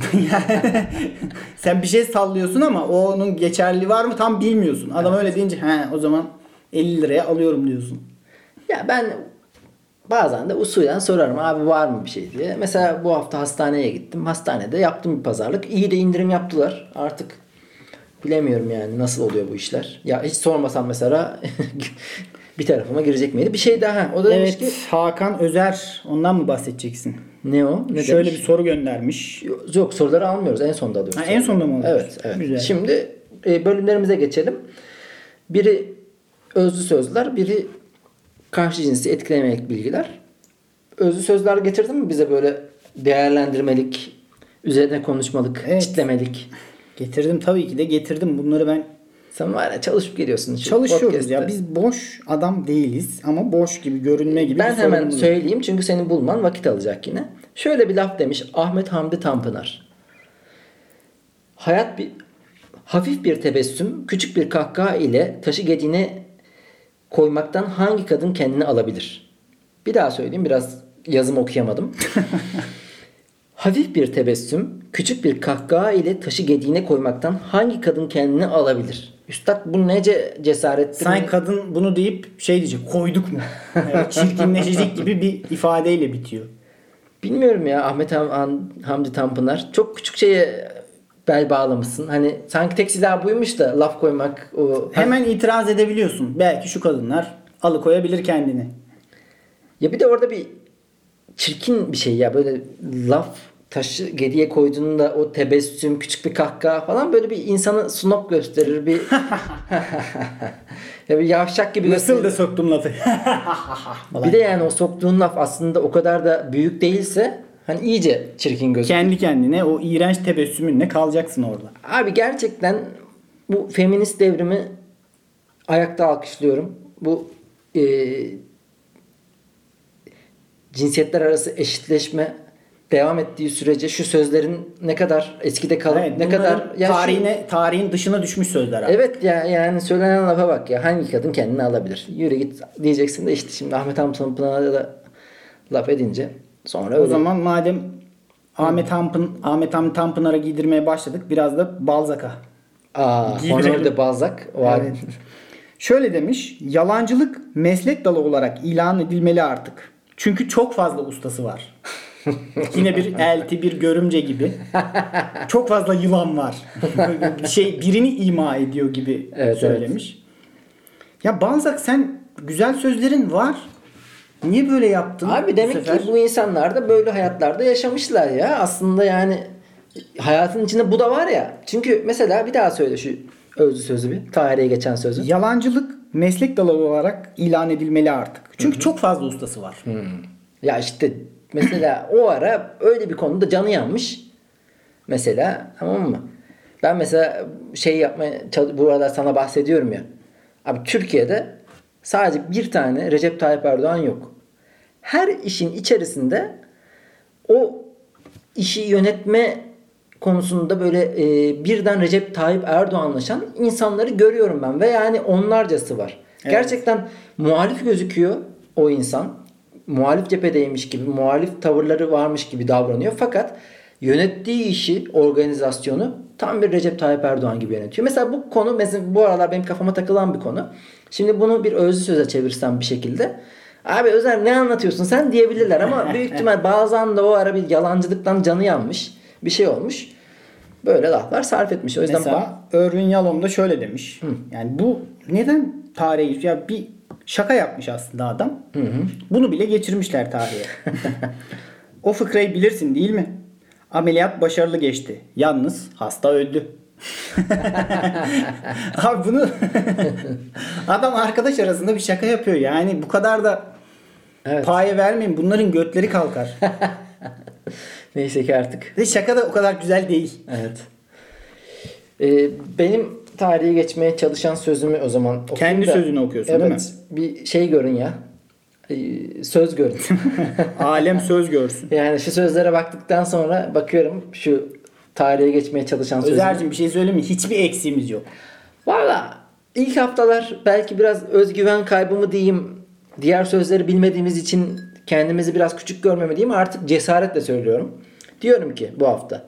Sen bir şey sallıyorsun ama onun geçerli var mı tam bilmiyorsun. Adam öyle deyince o zaman 50 liraya alıyorum diyorsun. Ya ben bazen de usulen sorarım, abi var mı bir şey diye. Mesela bu hafta hastaneye gittim. Hastanede yaptım bir pazarlık. İyi de indirim yaptılar. Artık bilemiyorum yani nasıl oluyor bu işler. Ya hiç sormasam mesela bir tarafıma girecek miydi? Bir şey daha. O da demiş ki Hakan Özer, ondan mı bahsedeceksin? ne o? Ne Şöyle demiş? bir soru göndermiş. Yok, soruları almıyoruz. En sonda alıyoruz. En sonda mı alıyoruz? Evet. Güzel. Şimdi bölümlerimize geçelim. Biri özlü sözler, biri karşı cinsi etkilemeyen bilgiler. özlü sözler getirdin mi bize böyle değerlendirmelik, üzerine konuşmalık, Evet. çitlemelik? Getirdim, tabii ki de getirdim. Bunları ben Sen var ya çalışıp geliyorsun. şu çalışıyoruz podcast'te. ya. Biz boş adam değiliz ama boş gibi görünme gibi Ben bir hemen sorunumuz var. söyleyeyim çünkü senin bulman vakit alacak yine. Şöyle bir laf demiş Ahmet Hamdi Tanpınar. Hayat bir hafif bir tebessüm, küçük bir kahkaha ile taşı gediğine koymaktan hangi kadın kendini alabilir? Bir daha söyleyeyim, biraz yazım okuyamadım. Hafif bir tebessüm, küçük bir kahkaha ile taşı gediğine koymaktan hangi kadın kendini alabilir? Üstad bu nece cesaretli Sanki mi? kadın bunu deyip şey diyecek, koyduk mu? Yani çirkinleşecek gibi bir ifadeyle bitiyor. Bilmiyorum ya Ahmet Hamdi Tanpınar. Çok küçük şeye bel bağlamışsın. Hani sanki tek silah buymuş da laf koymak. O... Hemen itiraz edebiliyorsun. Belki şu kadınlar alıkoyabilir kendini. Ya bir de orada bir çirkin bir şey ya. Böyle laf taşı geriye koyduğunda o tebessüm, küçük bir kahkaha falan böyle bir insanı snob gösterir. Bir ya bir yavşak gibi Nasıl gösterir. da soktum lafı. Bir de yani o soktuğun laf aslında o kadar da büyük değilse hani iyice çirkin gözüküyor. Kendi kendine o iğrenç tebessümünle kalacaksın orada. Abi gerçekten bu feminist devrimi ayakta alkışlıyorum. Bu cinsiyetler arası eşitleşme devam ettiği sürece şu sözlerin ne kadar eskide kalıp Evet, ne kadar ya tarihin dışına düşmüş sözler abi. evet ya yani söylenen lafa bak ya, hangi kadın kendini alabilir? Yürü git diyeceksin de işte şimdi Ahmet Hamdi Tanpınar'a da laf edince sonra O öyle. zaman madem Ahmet Hamdi Tanpınar'a giydirmeye başladık, biraz da Balzac'a. Giydirelim. Honoré de Balzac. O Evet. Şöyle demiş: yalancılık meslek dalı olarak ilan edilmeli artık. Çünkü çok fazla ustası var. Yine bir elti, bir görümce gibi. Çok fazla yılan var. Birini ima ediyor gibi Evet, söylemiş. Ya Balzac, sen güzel sözlerin var. Niye böyle yaptın? Abi demek sefer? ki bu insanlar da böyle hayatlarda yaşamışlar ya. Aslında yani hayatın içinde bu da var ya. Çünkü mesela bir daha söyle şu özlü sözü bir. Tarihe geçen sözü. Yalancılık meslek dalı olarak ilan edilmeli artık. Çünkü çok fazla ustası var. Ya işte mesela o ara öyle bir konuda canı yanmış. Mesela, tamam mı? Ben mesela şey yapmaya bu aralar sana bahsediyorum ya. Abi Türkiye'de sadece bir tane Recep Tayyip Erdoğan yok. Her işin içerisinde o işi yönetme konusunda böyle birden Recep Tayyip Erdoğanlaşan insanları görüyorum ben ve yani onlarcası var. Evet. Gerçekten muhalif gözüküyor o insan. Muhalif cephedeymiş gibi, muhalif tavırları varmış gibi davranıyor. Fakat yönettiği işi, organizasyonu tam bir Recep Tayyip Erdoğan gibi yönetiyor. Mesela bu konu bu aralar benim kafama takılan bir konu. Şimdi bunu bir özlü söze çevirsem bir şekilde, abi Özer ne anlatıyorsun sen diyebilirler ama büyük ihtimal bazen de o ara bir yalancılıktan canı yanmış, bir şey olmuş. Böyle laflar sarf etmiş. O yüzden Mesela Irving Yalom da şöyle demiş. Yani bu neden tarihe, ya bir şaka yapmış aslında adam. Bunu bile geçirmişler tarihe. O fıkrayı bilirsin değil mi? Ameliyat başarılı geçti. Yalnız hasta öldü. Abi bunu adam arkadaş arasında bir şaka yapıyor. Yani bu kadar da Evet. paye vermeyin. Bunların götleri kalkar. neyse ki artık. Ve şaka da o kadar güzel değil. Evet. Benim tarihe geçmeye çalışan sözümü o zaman okuyayım Kendi da. sözünü okuyorsun Evet, değil mi? bir şey görün ya. Söz görün. Alem söz görsün. Yani şu sözlere baktıktan sonra bakıyorum şu tarihe geçmeye çalışan sözüme. Özer'cim bir şey söyleyeyim mi? Hiçbir eksiğimiz yok. Valla ilk haftalar belki biraz özgüven kaybı mı diyeyim, diğer sözleri bilmediğimiz için kendimizi biraz küçük görmeme diyeyim, artık cesaretle söylüyorum. Diyorum ki bu hafta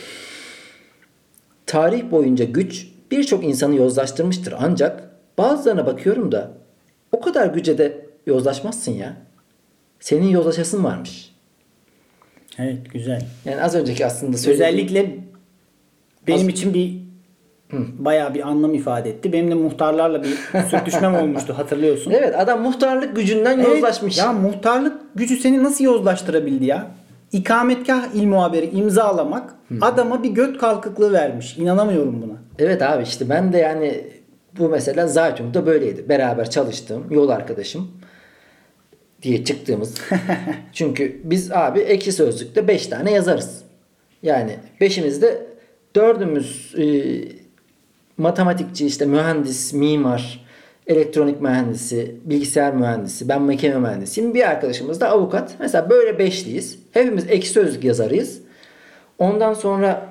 tarih boyunca güç birçok insanı yozlaştırmıştır, ancak bazılarına bakıyorum da o kadar güce de yozlaşmazsın ya. Senin yozlaşasın varmış. Evet, güzel. Yani az önceki aslında söylediğim... Özellikle benim için bayağı bir anlam ifade etti. Benim de muhtarlarla bir sürtüşmem olmuştu, hatırlıyorsun. Evet, adam muhtarlık gücünden Evet, yozlaşmış. ya muhtarlık gücü seni nasıl yozlaştırabildi ya? İkametgah ilmuhaberi imzalamak adama bir göt kalkıklığı vermiş. İnanamıyorum buna. Evet abi, işte ben de yani bu mesela Zaytung'da böyleydi. Beraber çalıştığım yol arkadaşım. diye çıktığımız. Çünkü biz abi Ekşi Sözlük'te 5 tane yazarız. Yani 5'imiz de 4'ümüz matematikçi, işte mühendis, mimar, elektronik mühendisi, bilgisayar mühendisi, ben makine mühendisiyim. Bir arkadaşımız da avukat. Mesela böyle 5'liyiz. Hepimiz Ekşi Sözlük yazarıyız. Ondan sonra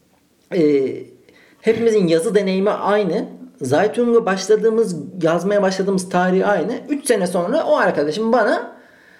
hepimizin yazı deneyimi aynı. Zaytung'a yazmaya başladığımız tarihi aynı. 3 sene sonra o arkadaşım bana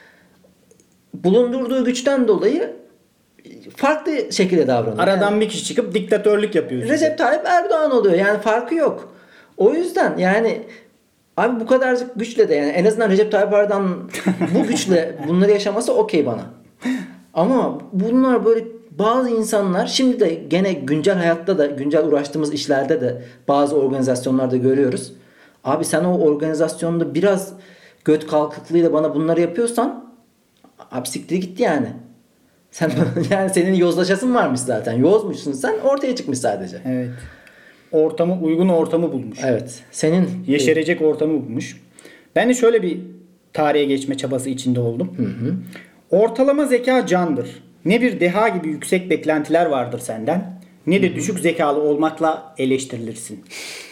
bulundurduğu güçten dolayı farklı şekilde davranıyor. Aradan bir kişi çıkıp diktatörlük yapıyor. Recep Tayyip Erdoğan oluyor. Yani farkı yok. O yüzden yani abi bu kadarcık güçle de yani en azından Recep Tayyip Erdoğan bu güçle bunları yaşaması okey bana. Ama bunlar böyle bazı insanlar şimdi de gene güncel hayatta da güncel uğraştığımız işlerde de bazı organizasyonlarda görüyoruz. Abi sen o organizasyonda biraz göt kalkıklığıyla bana bunları yapıyorsan abi siktir gitti yani. Sen yani senin yozlaşasın varmış zaten. Yozmuşsun sen, ortaya çıkmış sadece. Evet. Uygun ortamı bulmuş. Evet. Senin yeşerecek ortamı bulmuş. Ben de şöyle bir tarihe geçme çabası içinde oldum. Ortalama zeka candır. Ne bir deha gibi yüksek beklentiler vardır senden, ne de düşük zekalı olmakla eleştirilirsin.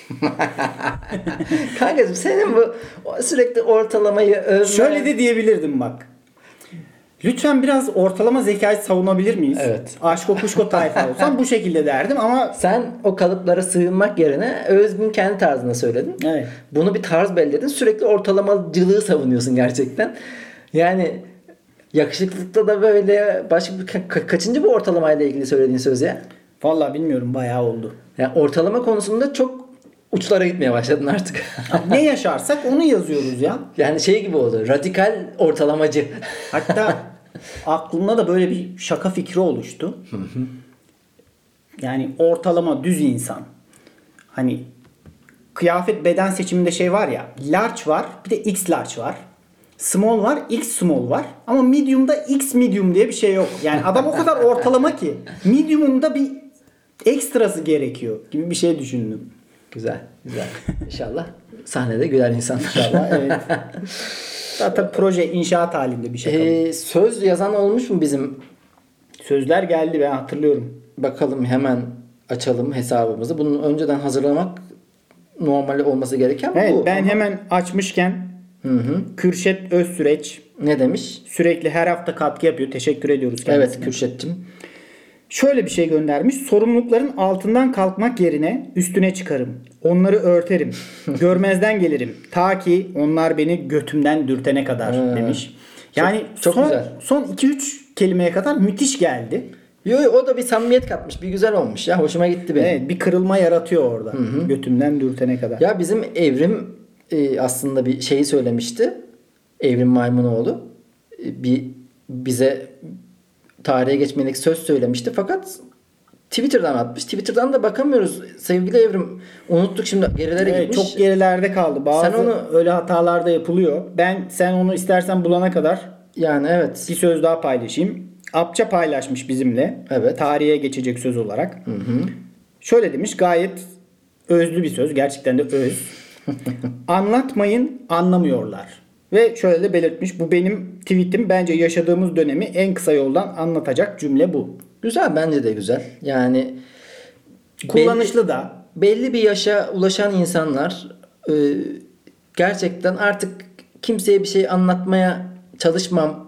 Kankacığım senin bu sürekli ortalamayı övme. Şöyle de diyebilirdim bak. Lütfen biraz ortalama zekayı savunabilir miyiz? Evet. Aşko kuşko tayfa olsam bu şekilde derdim ama sen o kalıplara sığınmak yerine Özgün kendi tarzında söyledin. evet. Bunu bir tarz belledin. Sürekli ortalamacılığı savunuyorsun gerçekten. Yani yakışıklıkta da böyle kaçıncı bu ortalamayla ilgili söylediğin söz ya? Vallahi bilmiyorum, bayağı oldu. Yani ortalama konusunda çok uçlara gitmeye başladın artık. Ne yaşarsak onu yazıyoruz ya. Yani şey gibi oldu. Radikal ortalamacı. Hatta aklımda da böyle bir şaka fikri oluştu. Yani ortalama düz insan. Hani kıyafet beden seçiminde şey var ya. Large var, bir de X large var. Small var, X small var. Ama medium'da X medium diye bir şey yok. Yani adam o kadar ortalama ki medium'un da bir ekstrası gerekiyor gibi bir şey düşündüm. Güzel, güzel. İnşallah sahnede güler insanlar. İnşallah, evet. Zaten proje inşaat halinde bir şey. Söz yazan olmuş mu bizim? Sözler geldi, ben hatırlıyorum. Bakalım, hemen açalım hesabımızı. Bunu önceden hazırlamak normal olması gereken evet, bu. ben ama hemen açmışken Kürşet Özsüreç ne demiş? sürekli her hafta katkı yapıyor. Teşekkür ediyoruz kendisine. Evet Kürşet'cim. Şöyle bir şey göndermiş. Sorumlulukların altından kalkmak yerine üstüne çıkarım. Onları örterim. Görmezden gelirim. Ta ki onlar beni götümden dürtene kadar demiş. Yani çok güzel. Son 2-3 kelimeye kadar müthiş geldi. Yo, o da bir samimiyet katmış. Bir güzel olmuş ya. Hoşuma gitti benim. Evet, bir kırılma yaratıyor orada. Götümden dürtene kadar. Ya bizim Evrim aslında bir şeyi söylemişti. Evrim Maymunoğlu. Bize tarihe geçmelik söz söylemişti. Fakat Twitter'dan atmış. Twitter'dan da bakamıyoruz. Sevgili Evrim, unuttuk şimdi, gerilere evet, gitmiş. çok gerilerde kaldı. Bazı Sen onu öyle hatalarda yapılıyor. Sen onu istersen bulana kadar yani evet. bir söz daha paylaşayım. Apça paylaşmış bizimle. Evet. Tarihe geçecek söz olarak. Şöyle demiş, gayet özlü bir söz. Gerçekten de öz. Anlatmayın, anlamıyorlar. Ve şöyle de belirtmiş. Bu benim tweetim. Bence yaşadığımız dönemi en kısa yoldan anlatacak cümle bu. Güzel, bence de güzel. Yani kullanışlı da. Belli bir yaşa ulaşan insanlar gerçekten artık kimseye bir şey anlatmaya çalışmam.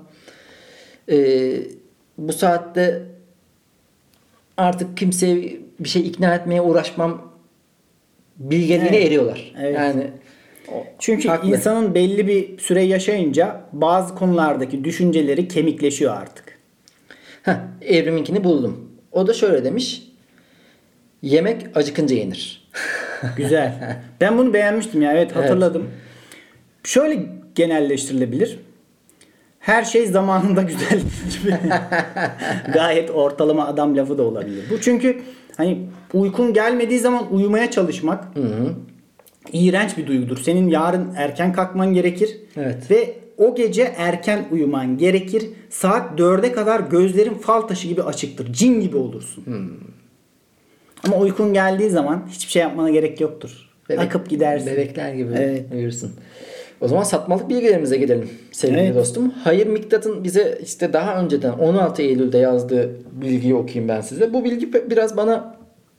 Bu saatte artık kimseye bir şey ikna etmeye uğraşmam bilgeliğine eriyorlar. Evet. Yani çünkü haklı. insanın belli bir süre yaşayınca bazı konulardaki düşünceleri kemikleşiyor artık. Evriminkini buldum. O da şöyle demiş. Yemek acıkınca yenir. Güzel. Ben bunu beğenmiştim ya. Evet, hatırladım. Evet. Şöyle genelleştirilebilir. Her şey zamanında güzel gibi. Gayet ortalama adam lafı da olabilir. Bu çünkü hani uykun gelmediği zaman uyumaya çalışmak iğrenç bir duygudur. Senin yarın erken kalkman gerekir. Evet. Ve o gece erken uyuman gerekir. Saat 4'e kadar gözlerin fal taşı gibi açıktır. Cin gibi olursun. Ama uykun geldiği zaman hiçbir şey yapmana gerek yoktur. Akıp gidersin. Bebekler gibi evet. uyursun. O zaman satmalık bilgilerimize gidelim sevgili Evet. dostum. Hayır Miktat'ın bize işte daha önceden 16 Eylül'de yazdığı bilgiyi okuyayım ben size. Bu bilgi biraz bana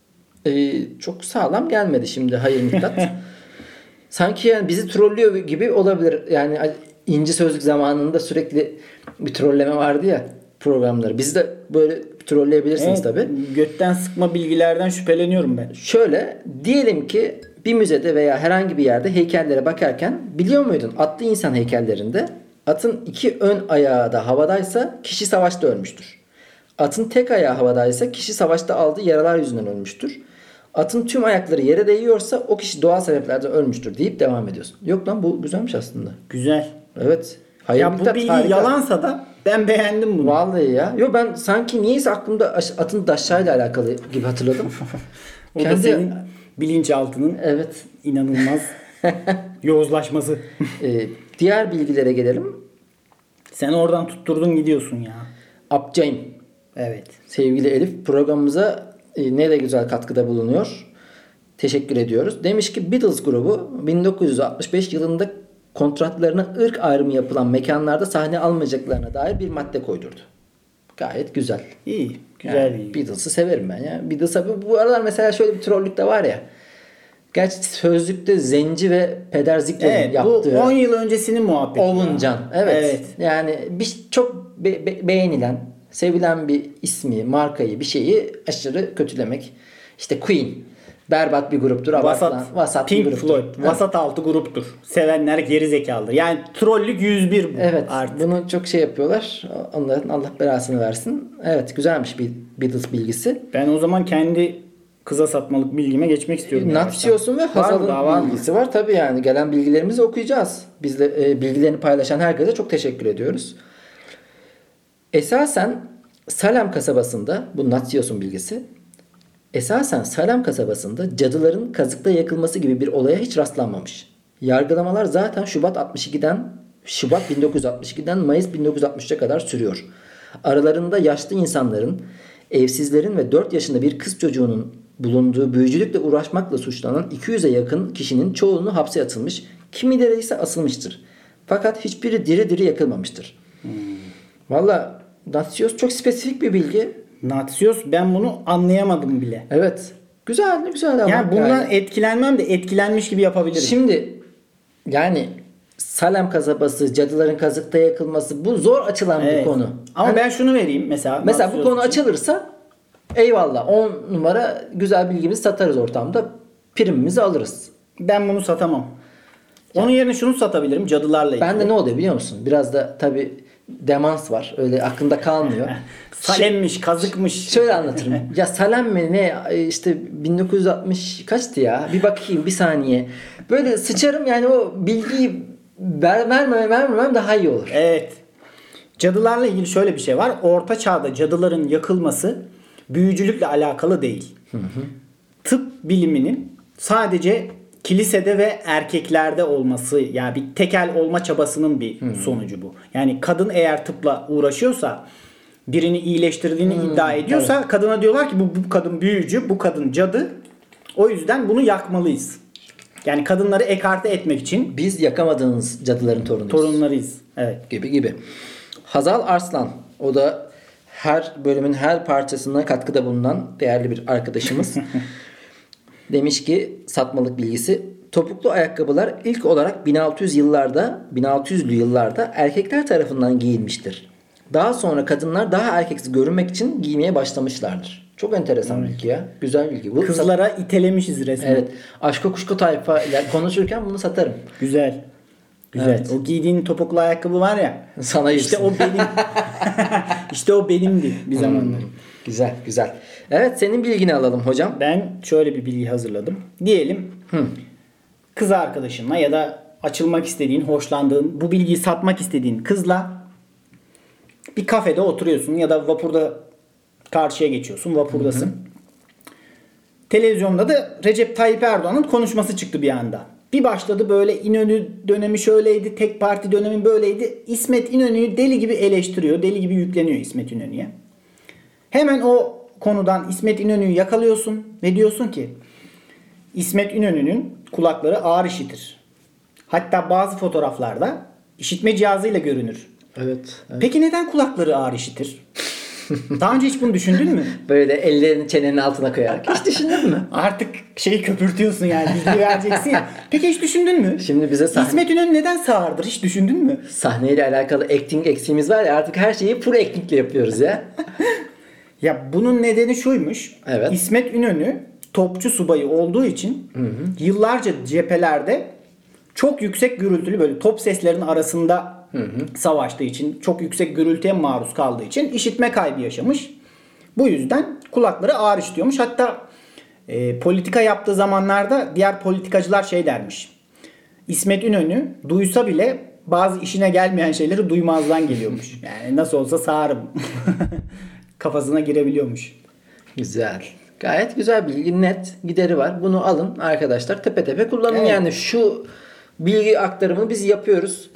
çok sağlam gelmedi şimdi Hayır Miktat. Sanki yani bizi trollüyor gibi olabilir. Yani İnci Sözlük zamanında sürekli bir trolleme vardı ya programları. Bizi de böyle trolleyebilirsiniz tabii. Götten sıkma bilgilerden şüpheleniyorum ben. Şöyle diyelim ki bir müzede veya herhangi bir yerde heykellere bakarken biliyor muydun atlı insan heykellerinde atın iki ön ayağı da havadaysa kişi savaşta ölmüştür. Atın tek ayağı havadaysa kişi savaşta aldığı yaralar yüzünden ölmüştür. Atın tüm ayakları yere değiyorsa o kişi doğal sebeplerden ölmüştür deyip devam ediyorsun. Yok lan bu güzelmiş aslında. Güzel. Evet. Hayır, Ya bu bilgi harika. yalansa da ben beğendim bunu. Vallahi ya. Yo ben sanki niyeyse aklımda atın daşşayla alakalı gibi hatırladım. O da senin bilinçaltının Evet. inanılmaz yozlaşması. Diğer bilgilere gelelim. Sen oradan tutturdun gidiyorsun ya. Abcayn. Evet. Sevgili Elif programımıza ne de güzel katkıda bulunuyor. Teşekkür ediyoruz. Demiş ki Beatles grubu 1965 yılında kontratlarına ırk ayrımı yapılan mekanlarda sahne almayacaklarına dair bir madde koydurdu. Gayet güzel. İyi. Güzel Yani bilgi. Beatles'ı severim ben ya. Beatles'a bu aralar mesela şöyle bir trollük de var ya. Gerçi sözlükte Zenci ve Peder Zikler'in Evet, yaptığı. bu 10 yıl öncesinin muhabbeti. Ovuncan. Evet. Evet. Yani çok beğenilen, sevilen bir ismi, markayı, bir şeyi aşırı kötülemek. İşte Queen. Berbat bir gruptur. Vasat bir Pink gruptur. Floyd. Evet. Vasat altı gruptur. Sevenler geri zekalıdır. Yani trollük 101 bu. Evet. Artık. Bunu çok şey yapıyorlar. Onların Allah belasını versin. Evet. Güzelmiş bir Beatles bilgisi. Ben o zaman kendi kıza satmalık bilgime geçmek istiyorum. Natsios'un ve Var mı daha, var Hazal'ın mı? bilgisi var. Tabii yani gelen bilgilerimizi okuyacağız. Bizle bilgilerini paylaşan herkese çok teşekkür ediyoruz. Esasen Salem kasabasında bu Natsios'un bilgisi. Esasen Salem kasabasında cadıların kazıkta yakılması gibi bir olaya hiç rastlanmamış. Yargılamalar zaten Şubat 1962'den Mayıs 1963'e kadar sürüyor. Aralarında yaşlı insanların, evsizlerin ve 4 yaşında bir kız çocuğunun bulunduğu büyücülükle uğraşmakla suçlanan 200'e yakın kişinin çoğunluğu hapse atılmış, kimileri ise asılmıştır. Fakat hiçbiri diri diri yakılmamıştır. Valla Natsios çok spesifik bir bilgi. Natsios, ben bunu anlayamadım bile. Evet. Güzel, ne güzel ama. Yani bundan etkilenmem de etkilenmiş gibi yapabilirim. Şimdi yani Salem kasabası, cadıların kazıkta yakılması bu zor açılan bir Evet. konu. Ama Hani ben şunu vereyim mesela. mesela bu Natsios konu için. açılırsa eyvallah 10 numara güzel bilgimizi satarız ortamda. Primimizi alırız. Ben bunu satamam. Onun yerine şunu satabilirim cadılarla ilgili. Ben de ne oluyor biliyor musun? Biraz da tabii demans var. Öyle aklında kalmıyor. Salemmiş, kazıkmış. Şöyle anlatırım. Ya Salem mi ne işte 1960 kaçtı ya? Bir bakayım bir saniye. Böyle sıçarım yani o bilgiyi vermemem daha iyi olur. Evet. Cadılarla ilgili şöyle bir şey var. Orta çağda cadıların yakılması büyücülükle alakalı değil. Tıp biliminin sadece kilisede ve erkeklerde olması, yani bir tekel olma çabasının bir sonucu bu. Yani kadın eğer tıpla uğraşıyorsa, birini iyileştirdiğini iddia ediyorsa kadına diyorlar ki bu kadın büyücü, bu kadın cadı. O yüzden bunu yakmalıyız. Yani kadınları ekarte etmek için Biz yakamadığınız cadıların torunlarıyız. Evet. gibi. Hazal Arslan. O da her bölümün her parçasına katkıda bulunan değerli bir arkadaşımız. Demiş ki satmalık bilgisi. Topuklu ayakkabılar ilk olarak 1600'lü yıllarda erkekler tarafından giyilmiştir. Daha sonra kadınlar daha erkeksi görünmek için giymeye başlamışlardır. Çok enteresan bilgi ya. Güzel bilgi. Bu Kızlara itelemişiz resmen. Evet. Aşko kuşko tayfa ile konuşurken bunu satarım. Güzel. Güzel. Evet. O giydiğin topuklu ayakkabı var ya. Sana İşte o benim. İşte o benimdi bir zamanlar. Güzel. Evet senin bilgini alalım hocam. Ben şöyle bir bilgi hazırladım. Diyelim kız arkadaşınla ya da açılmak istediğin, hoşlandığın, bu bilgiyi satmak istediğin kızla bir kafede oturuyorsun ya da vapurda karşıya geçiyorsun. Vapurdasın. Televizyonda da Recep Tayyip Erdoğan'ın konuşması çıktı bir anda. Bir başladı böyle İnönü dönemi şöyleydi, tek parti dönemi böyleydi. İsmet İnönü'yü deli gibi eleştiriyor, deli gibi yükleniyor İsmet İnönü'ye. Hemen o konudan İsmet İnönü'yü yakalıyorsun ve diyorsun ki İsmet İnönü'nün kulakları ağır işitir. Hatta bazı fotoğraflarda işitme cihazıyla görünür. Evet. Peki neden kulakları ağır işitir? Daha önce hiç bunu düşündün mü? Böyle ellerini çenenin altına koyarak. Hiç düşündün mü? Artık şeyi köpürtüyorsun yani bilgi vereceksin ya. Peki hiç düşündün mü? Şimdi bize İsmet İnönü neden sağırdır? Hiç düşündün mü? sahneyle alakalı acting eksiğimiz var ya, artık her şeyi full actingle yapıyoruz ya. Ya bunun nedeni şuymuş. Evet. İsmet İnönü topçu subayı olduğu için yıllarca cephelerde çok yüksek gürültülü böyle top seslerinin arasında savaştığı için, çok yüksek gürültüye maruz kaldığı için işitme kaybı yaşamış. Bu yüzden kulakları ağır işitiyormuş. Hatta politika yaptığı zamanlarda diğer politikacılar şey dermiş. İsmet İnönü duysa bile bazı işine gelmeyen şeyleri duymazdan geliyormuş. Yani nasıl olsa sağırım. Kafasına girebiliyormuş. Güzel. Gayet güzel bilgi, net gideri var. Bunu alın arkadaşlar, tepe tepe kullanın. Evet. Yani şu bilgi aktarımını biz yapıyoruz.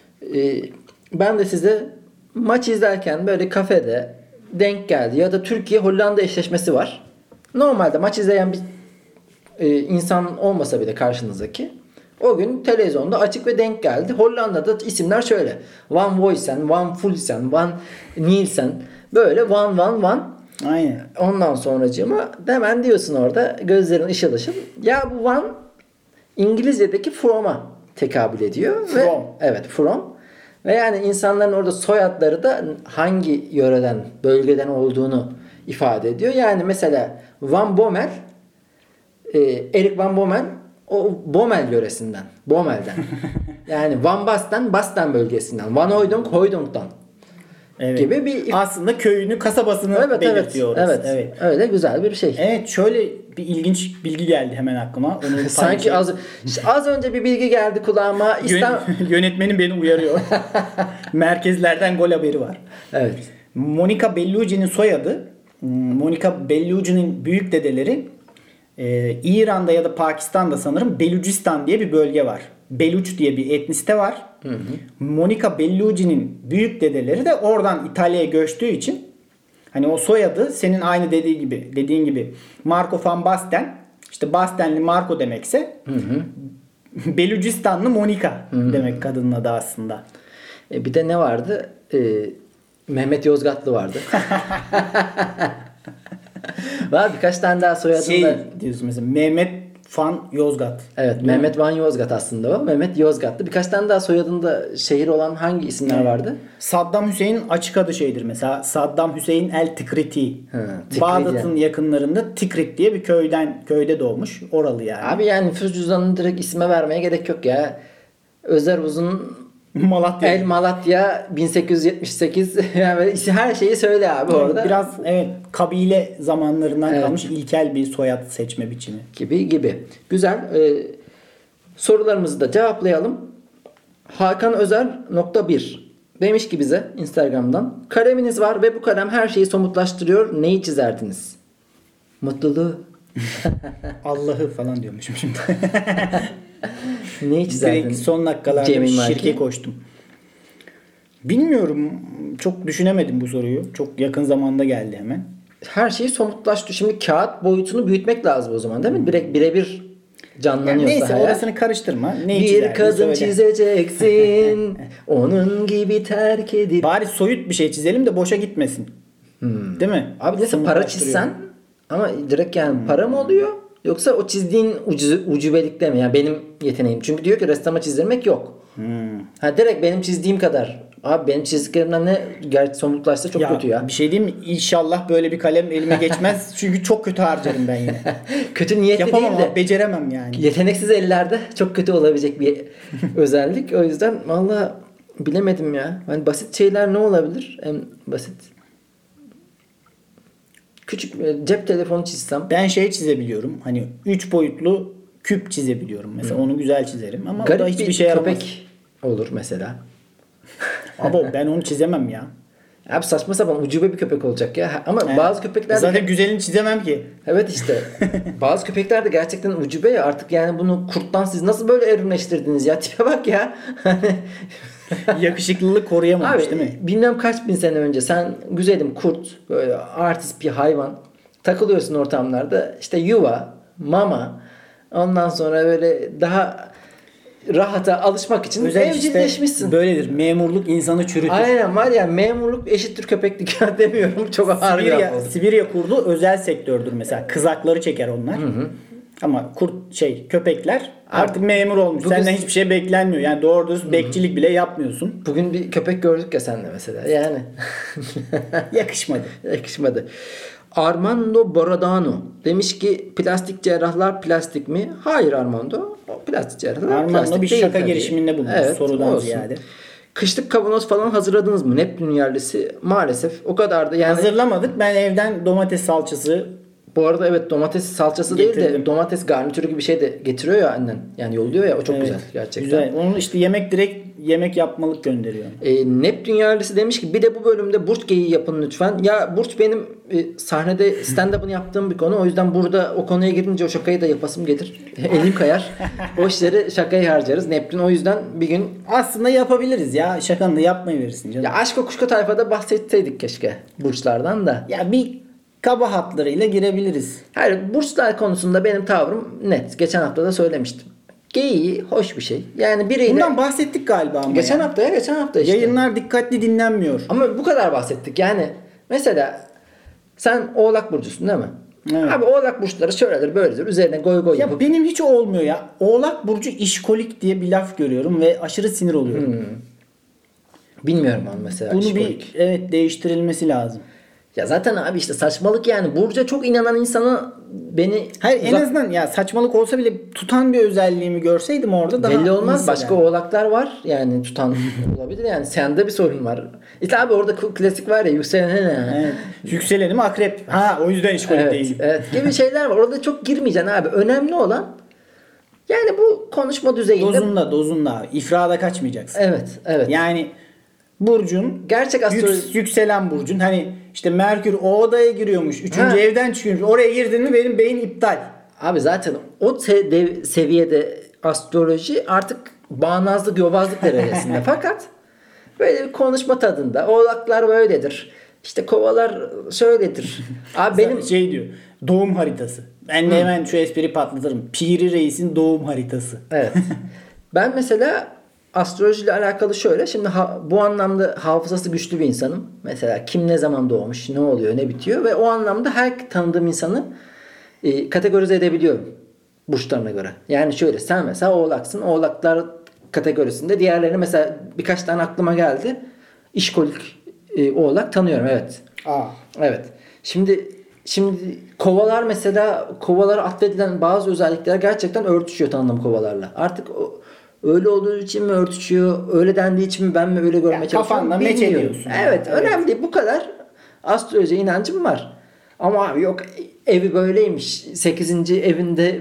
Ben de size maç izlerken böyle kafede denk geldi ya da Türkiye Hollanda eşleşmesi var. Normalde maç izleyen bir insan olmasa bile karşınızdaki, o gün televizyonda açık ve denk geldi. Hollanda'da isimler şöyle: Van Voysen, Van Fulsen, Van Nielsen, böyle Van. Aynen. Ondan sonracığıma hemen diyorsun orada, gözlerin ışıl ışıl. Ya bu Van İngilizce'deki from'a tekabül ediyor. From. Ve, evet, from. Ve yani insanların orada soyadları da hangi yöreden, bölgeden olduğunu ifade ediyor. Yani mesela Van Bommel, Erik Van Bommel o Bommel yöresinden, Bommel'den. Yani Van Basten bölgesinden, Van Hooydonk, Evet. gibi bir aslında köyünü, kasabasını belirtiyor orası. Evet. Öyle güzel bir şey. Evet, şöyle bir ilginç bilgi geldi hemen aklıma. Onu Sanki az önce bir bilgi geldi kulağıma. Yönetmenim beni uyarıyor. Merkezlerden gol haberi var. Evet. Monica Bellucci'nin soyadı, Monica Bellucci'nin büyük dedeleri İran'da ya da Pakistan'da sanırım Belucistan diye bir bölge var. Beluç diye bir etnisite var. Monica Bellucci'nin büyük dedeleri de oradan İtalya'ya göçtüğü için hani o soyadı senin aynı dediğin gibi Marco van Basten, işte Bastenli Marco demekse Belucistanlı Monica demek kadının adı aslında. Bir de ne vardı? Mehmet Yozgatlı vardı. Var birkaç tane daha soyadında. Diyorsun mesela Mehmet Van Yozgat. Evet, Mehmet Van Yozgat aslında o. Mehmet Yozgatlı. Birkaç tane daha soyadında şehir olan hangi isimler vardı? Saddam Hüseyin açık adı şeydir mesela. Saddam Hüseyin El Tikriti. Bağdat'ın yakınlarında Tikrit diye bir köyde doğmuş. Oralı yani. Abi yani nüfus cüzdanını direkt isme vermeye gerek yok ya. Özer Uzun Malatya. El Malatya 1878 yani her şeyi söyle abi orada. Biraz evet kabile zamanlarından kalmış ilkel bir soyad seçme biçimi. Gibi. Güzel. Sorularımızı da cevaplayalım. Hakan Özer.1 demiş ki bize Instagram'dan: kaleminiz var ve bu kalem her şeyi somutlaştırıyor. Neyi çizerdiniz? Mutluluğu. Allah'ı falan diyormuşum şimdi. Neyi çizerdin? Direkt son dakikalarda şirke koştum. Bilmiyorum. Çok düşünemedim bu soruyu. Çok yakın zamanda geldi hemen. Her şeyi somutlaştı. Şimdi kağıt boyutunu büyütmek lazım o zaman değil mi? Birebir canlanıyorsa yani neyse hayal. orasını karıştırma. Neyi bir kadın çizeceksin. Onun gibi terk edip. Bari soyut bir şey çizelim de boşa gitmesin. Değil mi? Abi neyse para çizsen ama direkt yani para mı oluyor? Yoksa o çizdiğin ucubelikte mi? Yani benim yeteneğim. Çünkü diyor ki ressama çizdirmek yok. Ha direkt benim çizdiğim kadar. Abi benim çizdiklerimden ne gerçi somutlaşsa çok kötü ya. Bir şey diyeyim mi? İnşallah böyle bir kalem elime geçmez. Çünkü çok kötü harcarım ben yine. Kötü niyetli yapamam değil de. Beceremem yani. Yeteneksiz ellerde çok kötü olabilecek bir özellik. O yüzden valla bilemedim ya. Hani basit şeyler ne olabilir? En basit. Küçük cep telefonu çizsem. Ben şey çizebiliyorum. Hani 3 boyutlu küp çizebiliyorum. Mesela onu güzel çizerim. Ama garip o da hiçbir bir şey yaramaz. köpek olur mesela. Ama ben onu çizemem ya. Abi saçma sapan ucube bir köpek olacak ya. Ama bazı köpekler zaten güzelini çizemem ki. Evet işte. Bazı köpekler de gerçekten ucube ya. Artık yani bunu kurttan siz nasıl böyle evrimleştirdiniz ya? Tipe bak ya. Yakışıklılığı koruyamamış abi, değil mi? Bilmem kaç bin sene önce sen güzelim kurt, böyle artist bir hayvan, takılıyorsun ortamlarda, işte yuva, mama, ondan sonra böyle daha rahata alışmak için Özel işte evcilleşmişsin. böyledir. Memurluk insanı çürütür. Aynen var ya, memurluk eşittir köpeklik ya demiyorum. Çok ağır bir laf oldu. Sibirya kurdu özel sektördür mesela. Kızakları çeker onlar. Ama köpekler artık memur olmuş. Bugün- Senden hiçbir şey beklenmiyor. Yani doğru dürüst bekçilik bile yapmıyorsun. Bugün bir köpek gördük ya seninle mesela. Yani Yakışmadı. yakışmadı. Armando Borodano demiş ki plastik cerrahlar plastik mi? Hayır Armando. O plastik cerrahlar Armando plastik bir değil şaka tabii. girişiminde bulunmuş sorudan olsun. ziyade. Kışlık kavanoz falan hazırladınız mı? Neptün yerlisi maalesef o kadar da yani. Hazırlamadık. Ben evden domates salçası Bu arada evet, domates salçası değil de Getirdim. domates garnitürü gibi bir şey de getiriyor ya annen. Yani yolluyor ya, o çok güzel gerçekten. Güzel. Onu işte direkt yemek yapmalık gönderiyor. Neptün yerlisi demiş ki bir de bu bölümde Burç geyiği yapın lütfen. Ya Burç benim sahnede stand-up'ını yaptığım bir konu. O yüzden burada o konuya girince o şakayı da yapasım gelir. Elim kayar. Boş yere şakayı harcarız. Neptün o yüzden bir gün Aslında yapabiliriz ya. Şakanı da yapmayı verirsin canım. ya Aşk Kuşku tayfada bahsetseydik keşke burçlardan da. Ya bir kaba hatlarıyla girebiliriz. Hayır, burçlar konusunda benim tavrım net. Geçen hafta da söylemiştim. Geyiği hoş bir şey. Yani biriyle Bundan bahsettik galiba ama geçen ya. hafta işte. Yayınlar dikkatli dinlenmiyor. Ama bu kadar bahsettik. Yani mesela sen Oğlak burcusun değil mi? Evet. Abi Oğlak burçları şöyledir böyledir. Üzerine goy goy Ya yapıp. benim hiç olmuyor ya. Oğlak burcu işkolik diye bir laf görüyorum ve aşırı sinir oluyorum. Bilmiyorum ben mesela. Bunu işkolik. bir değiştirilmesi lazım. Ya zaten abi işte saçmalık yani. Burca çok inanan insana beni Hayır en azından ya saçmalık olsa bile tutan bir özelliğimi görseydim orada daha belli olmaz. iyi Başka hissederdim. oğlaklar var. Yani tutan olabilir yani. Sende bir sorun var. İşte abi orada klasik var ya, yükselen Evet. Yükselenim akrep. Ha o yüzden işkolik evet, değilim. evet gibi şeyler var. Orada çok girmeyeceksin abi. Önemli olan yani bu konuşma düzeyinde. Dozunda abi. İfrada kaçmayacaksın. Evet. Yani burcun Gerçek yükselen burcun hani işte Merkür o odaya giriyormuş. Üçüncü evden çıkıyormuş. Oraya girdin mi benim beyin iptal. Abi zaten o seviyede astroloji artık bağnazlık, yobazlık derecesinde. Fakat böyle bir konuşma tadında. Oğlaklar böyledir. İşte kovalar şöyledir. Abi benim Şey diyor. Doğum haritası. Ben de hemen şu espri patlatırım. Piri Reis'in doğum haritası. evet. Ben mesela astrolojiyle alakalı şöyle. Şimdi bu anlamda hafızası güçlü bir insanım. Mesela kim ne zaman doğmuş, ne oluyor, ne bitiyor ve o anlamda her tanıdığım insanı kategorize edebiliyorum burçlarına göre. Yani şöyle, sen mesela Oğlaksın. Oğlaklar kategorisinde. Diğerlerini mesela birkaç tane aklıma geldi. İşkolik Oğlak tanıyorum, evet. Evet. Şimdi kovalar mesela, kovalara atfedilen bazı özellikler gerçekten örtüşüyor tanıdığım kovalarla. Artık öyle olduğu için mi örtüşüyor, öyle dendiği için mi ben mi öyle görmeye çalışıyorum kafanla meç bilmiyorum. ediyorsun. Evet, önemli değil. Bu kadar astroloji inancım var. Ama abi yok evi böyleymiş. 8. evinde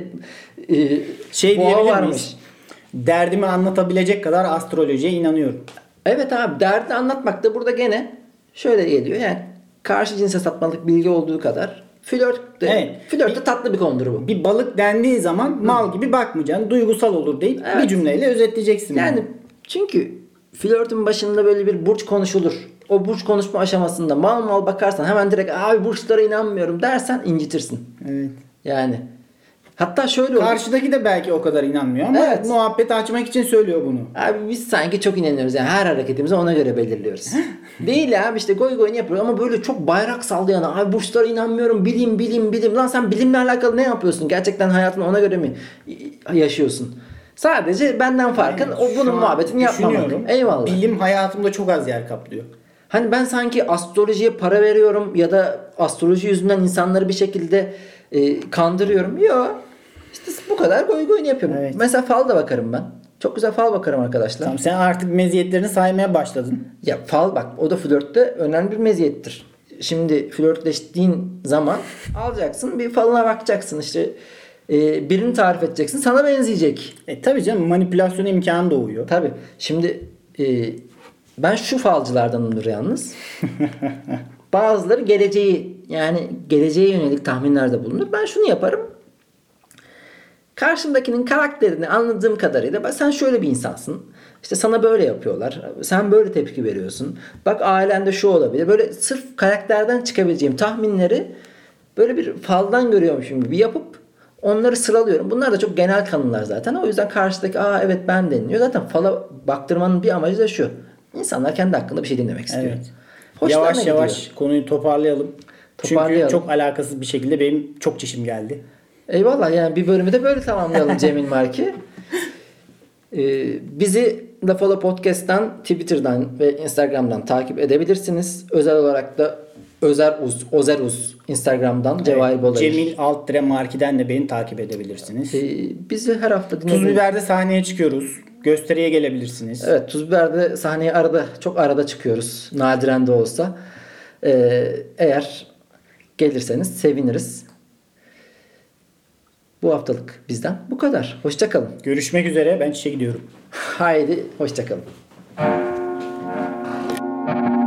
Şey boğa diyebilir varmış. miyiz? Derdimi anlatabilecek kadar astrolojiye inanıyorum. Evet abi, derdini anlatmak da burada gene şöyle geliyor. Yani karşı cinse satmalık bilgi olduğu kadar flört de tatlı bir konudur bu. Bir balık dendiği zaman mal gibi bakmayacaksın. Duygusal olur deyip Evet. bir cümleyle özetleyeceksin. Yani bunu. çünkü flörtün başında böyle bir burç konuşulur. O burç konuşma aşamasında mal bakarsan, hemen direkt abi burçlara inanmıyorum dersen incitirsin. Evet. Yani hatta şöyle olur. Karşıdaki de belki o kadar inanmıyor ama Evet. muhabbet açmak için söylüyor bunu. Abi biz sanki çok inanıyoruz. Yani her hareketimizi ona göre belirliyoruz. Değil abi, işte goy goyunu yapıyoruz ama böyle çok bayrak sallayan, abi burçlara inanmıyorum, bilim. Lan sen bilimle alakalı ne yapıyorsun? Gerçekten hayatını ona göre mi yaşıyorsun? Sadece benden farkın o Şu bunun an muhabbetini yapmamak. düşünüyorum. Eyvallah. Bilim hayatımda çok az yer kaplıyor. Hani ben sanki astrolojiye para veriyorum ya da astroloji yüzünden insanları bir şekilde kandırıyorum. Yok. İşte bu kadar goy goyunu yapıyorum. Evet. Mesela fal da bakarım ben. Çok güzel fal bakarım arkadaşlar. Tamam, sen artık meziyetlerini saymaya başladın. Ya fal bak, o da flörtte önemli bir meziyettir. Şimdi flörtleştiğin zaman alacaksın, bir falına bakacaksın, işte birini tarif edeceksin, sana benzeyecek. Tabii canım, manipülasyon imkanı doğuyor. Tabii. Şimdi ben şu falcılardanımdır yalnız. Bazıları geleceğe yönelik tahminlerde bulunur. Ben şunu yaparım. Karşımdakinin karakterini anladığım kadarıyla sen şöyle bir insansın. İşte sana böyle yapıyorlar. Sen böyle tepki veriyorsun. Bak ailende şu olabilir. Böyle sırf karakterden çıkabileceğim tahminleri böyle bir faldan görüyormuşum gibi yapıp Onları sıralıyorum. Bunlar da çok genel kanılar zaten. O yüzden karşıdaki evet ben deniliyor. Zaten fala baktırmanın bir amacı da şu. İnsanlar kendi hakkında bir şey dinlemek istiyor. Evet. Hoşlarına Yavaş gidiyor. yavaş konuyu toparlayalım. Çünkü çok alakasız bir şekilde benim çok çişim geldi. Eyvallah, yani bir bölümü de böyle tamamlayalım Cemil Marki. Bizi The Follow Podcast'tan, Twitter'dan ve Instagram'dan takip edebilirsiniz. Özel olarak da Ozeruz Instagram'dan, Cevahir Bolayır. Cemil Altre Marki'den de beni takip edebilirsiniz. Bizi her hafta Tuz Biber'de sahneye çıkıyoruz. Gösteriye gelebilirsiniz. Evet, Tuz Biber'de sahneye çok arada çıkıyoruz. Nadiren de olsa. Eğer gelirseniz seviniriz. Bu haftalık bizden bu kadar. Hoşça kalın. Görüşmek üzere. Ben çişe gidiyorum. Haydi hoşça kalın.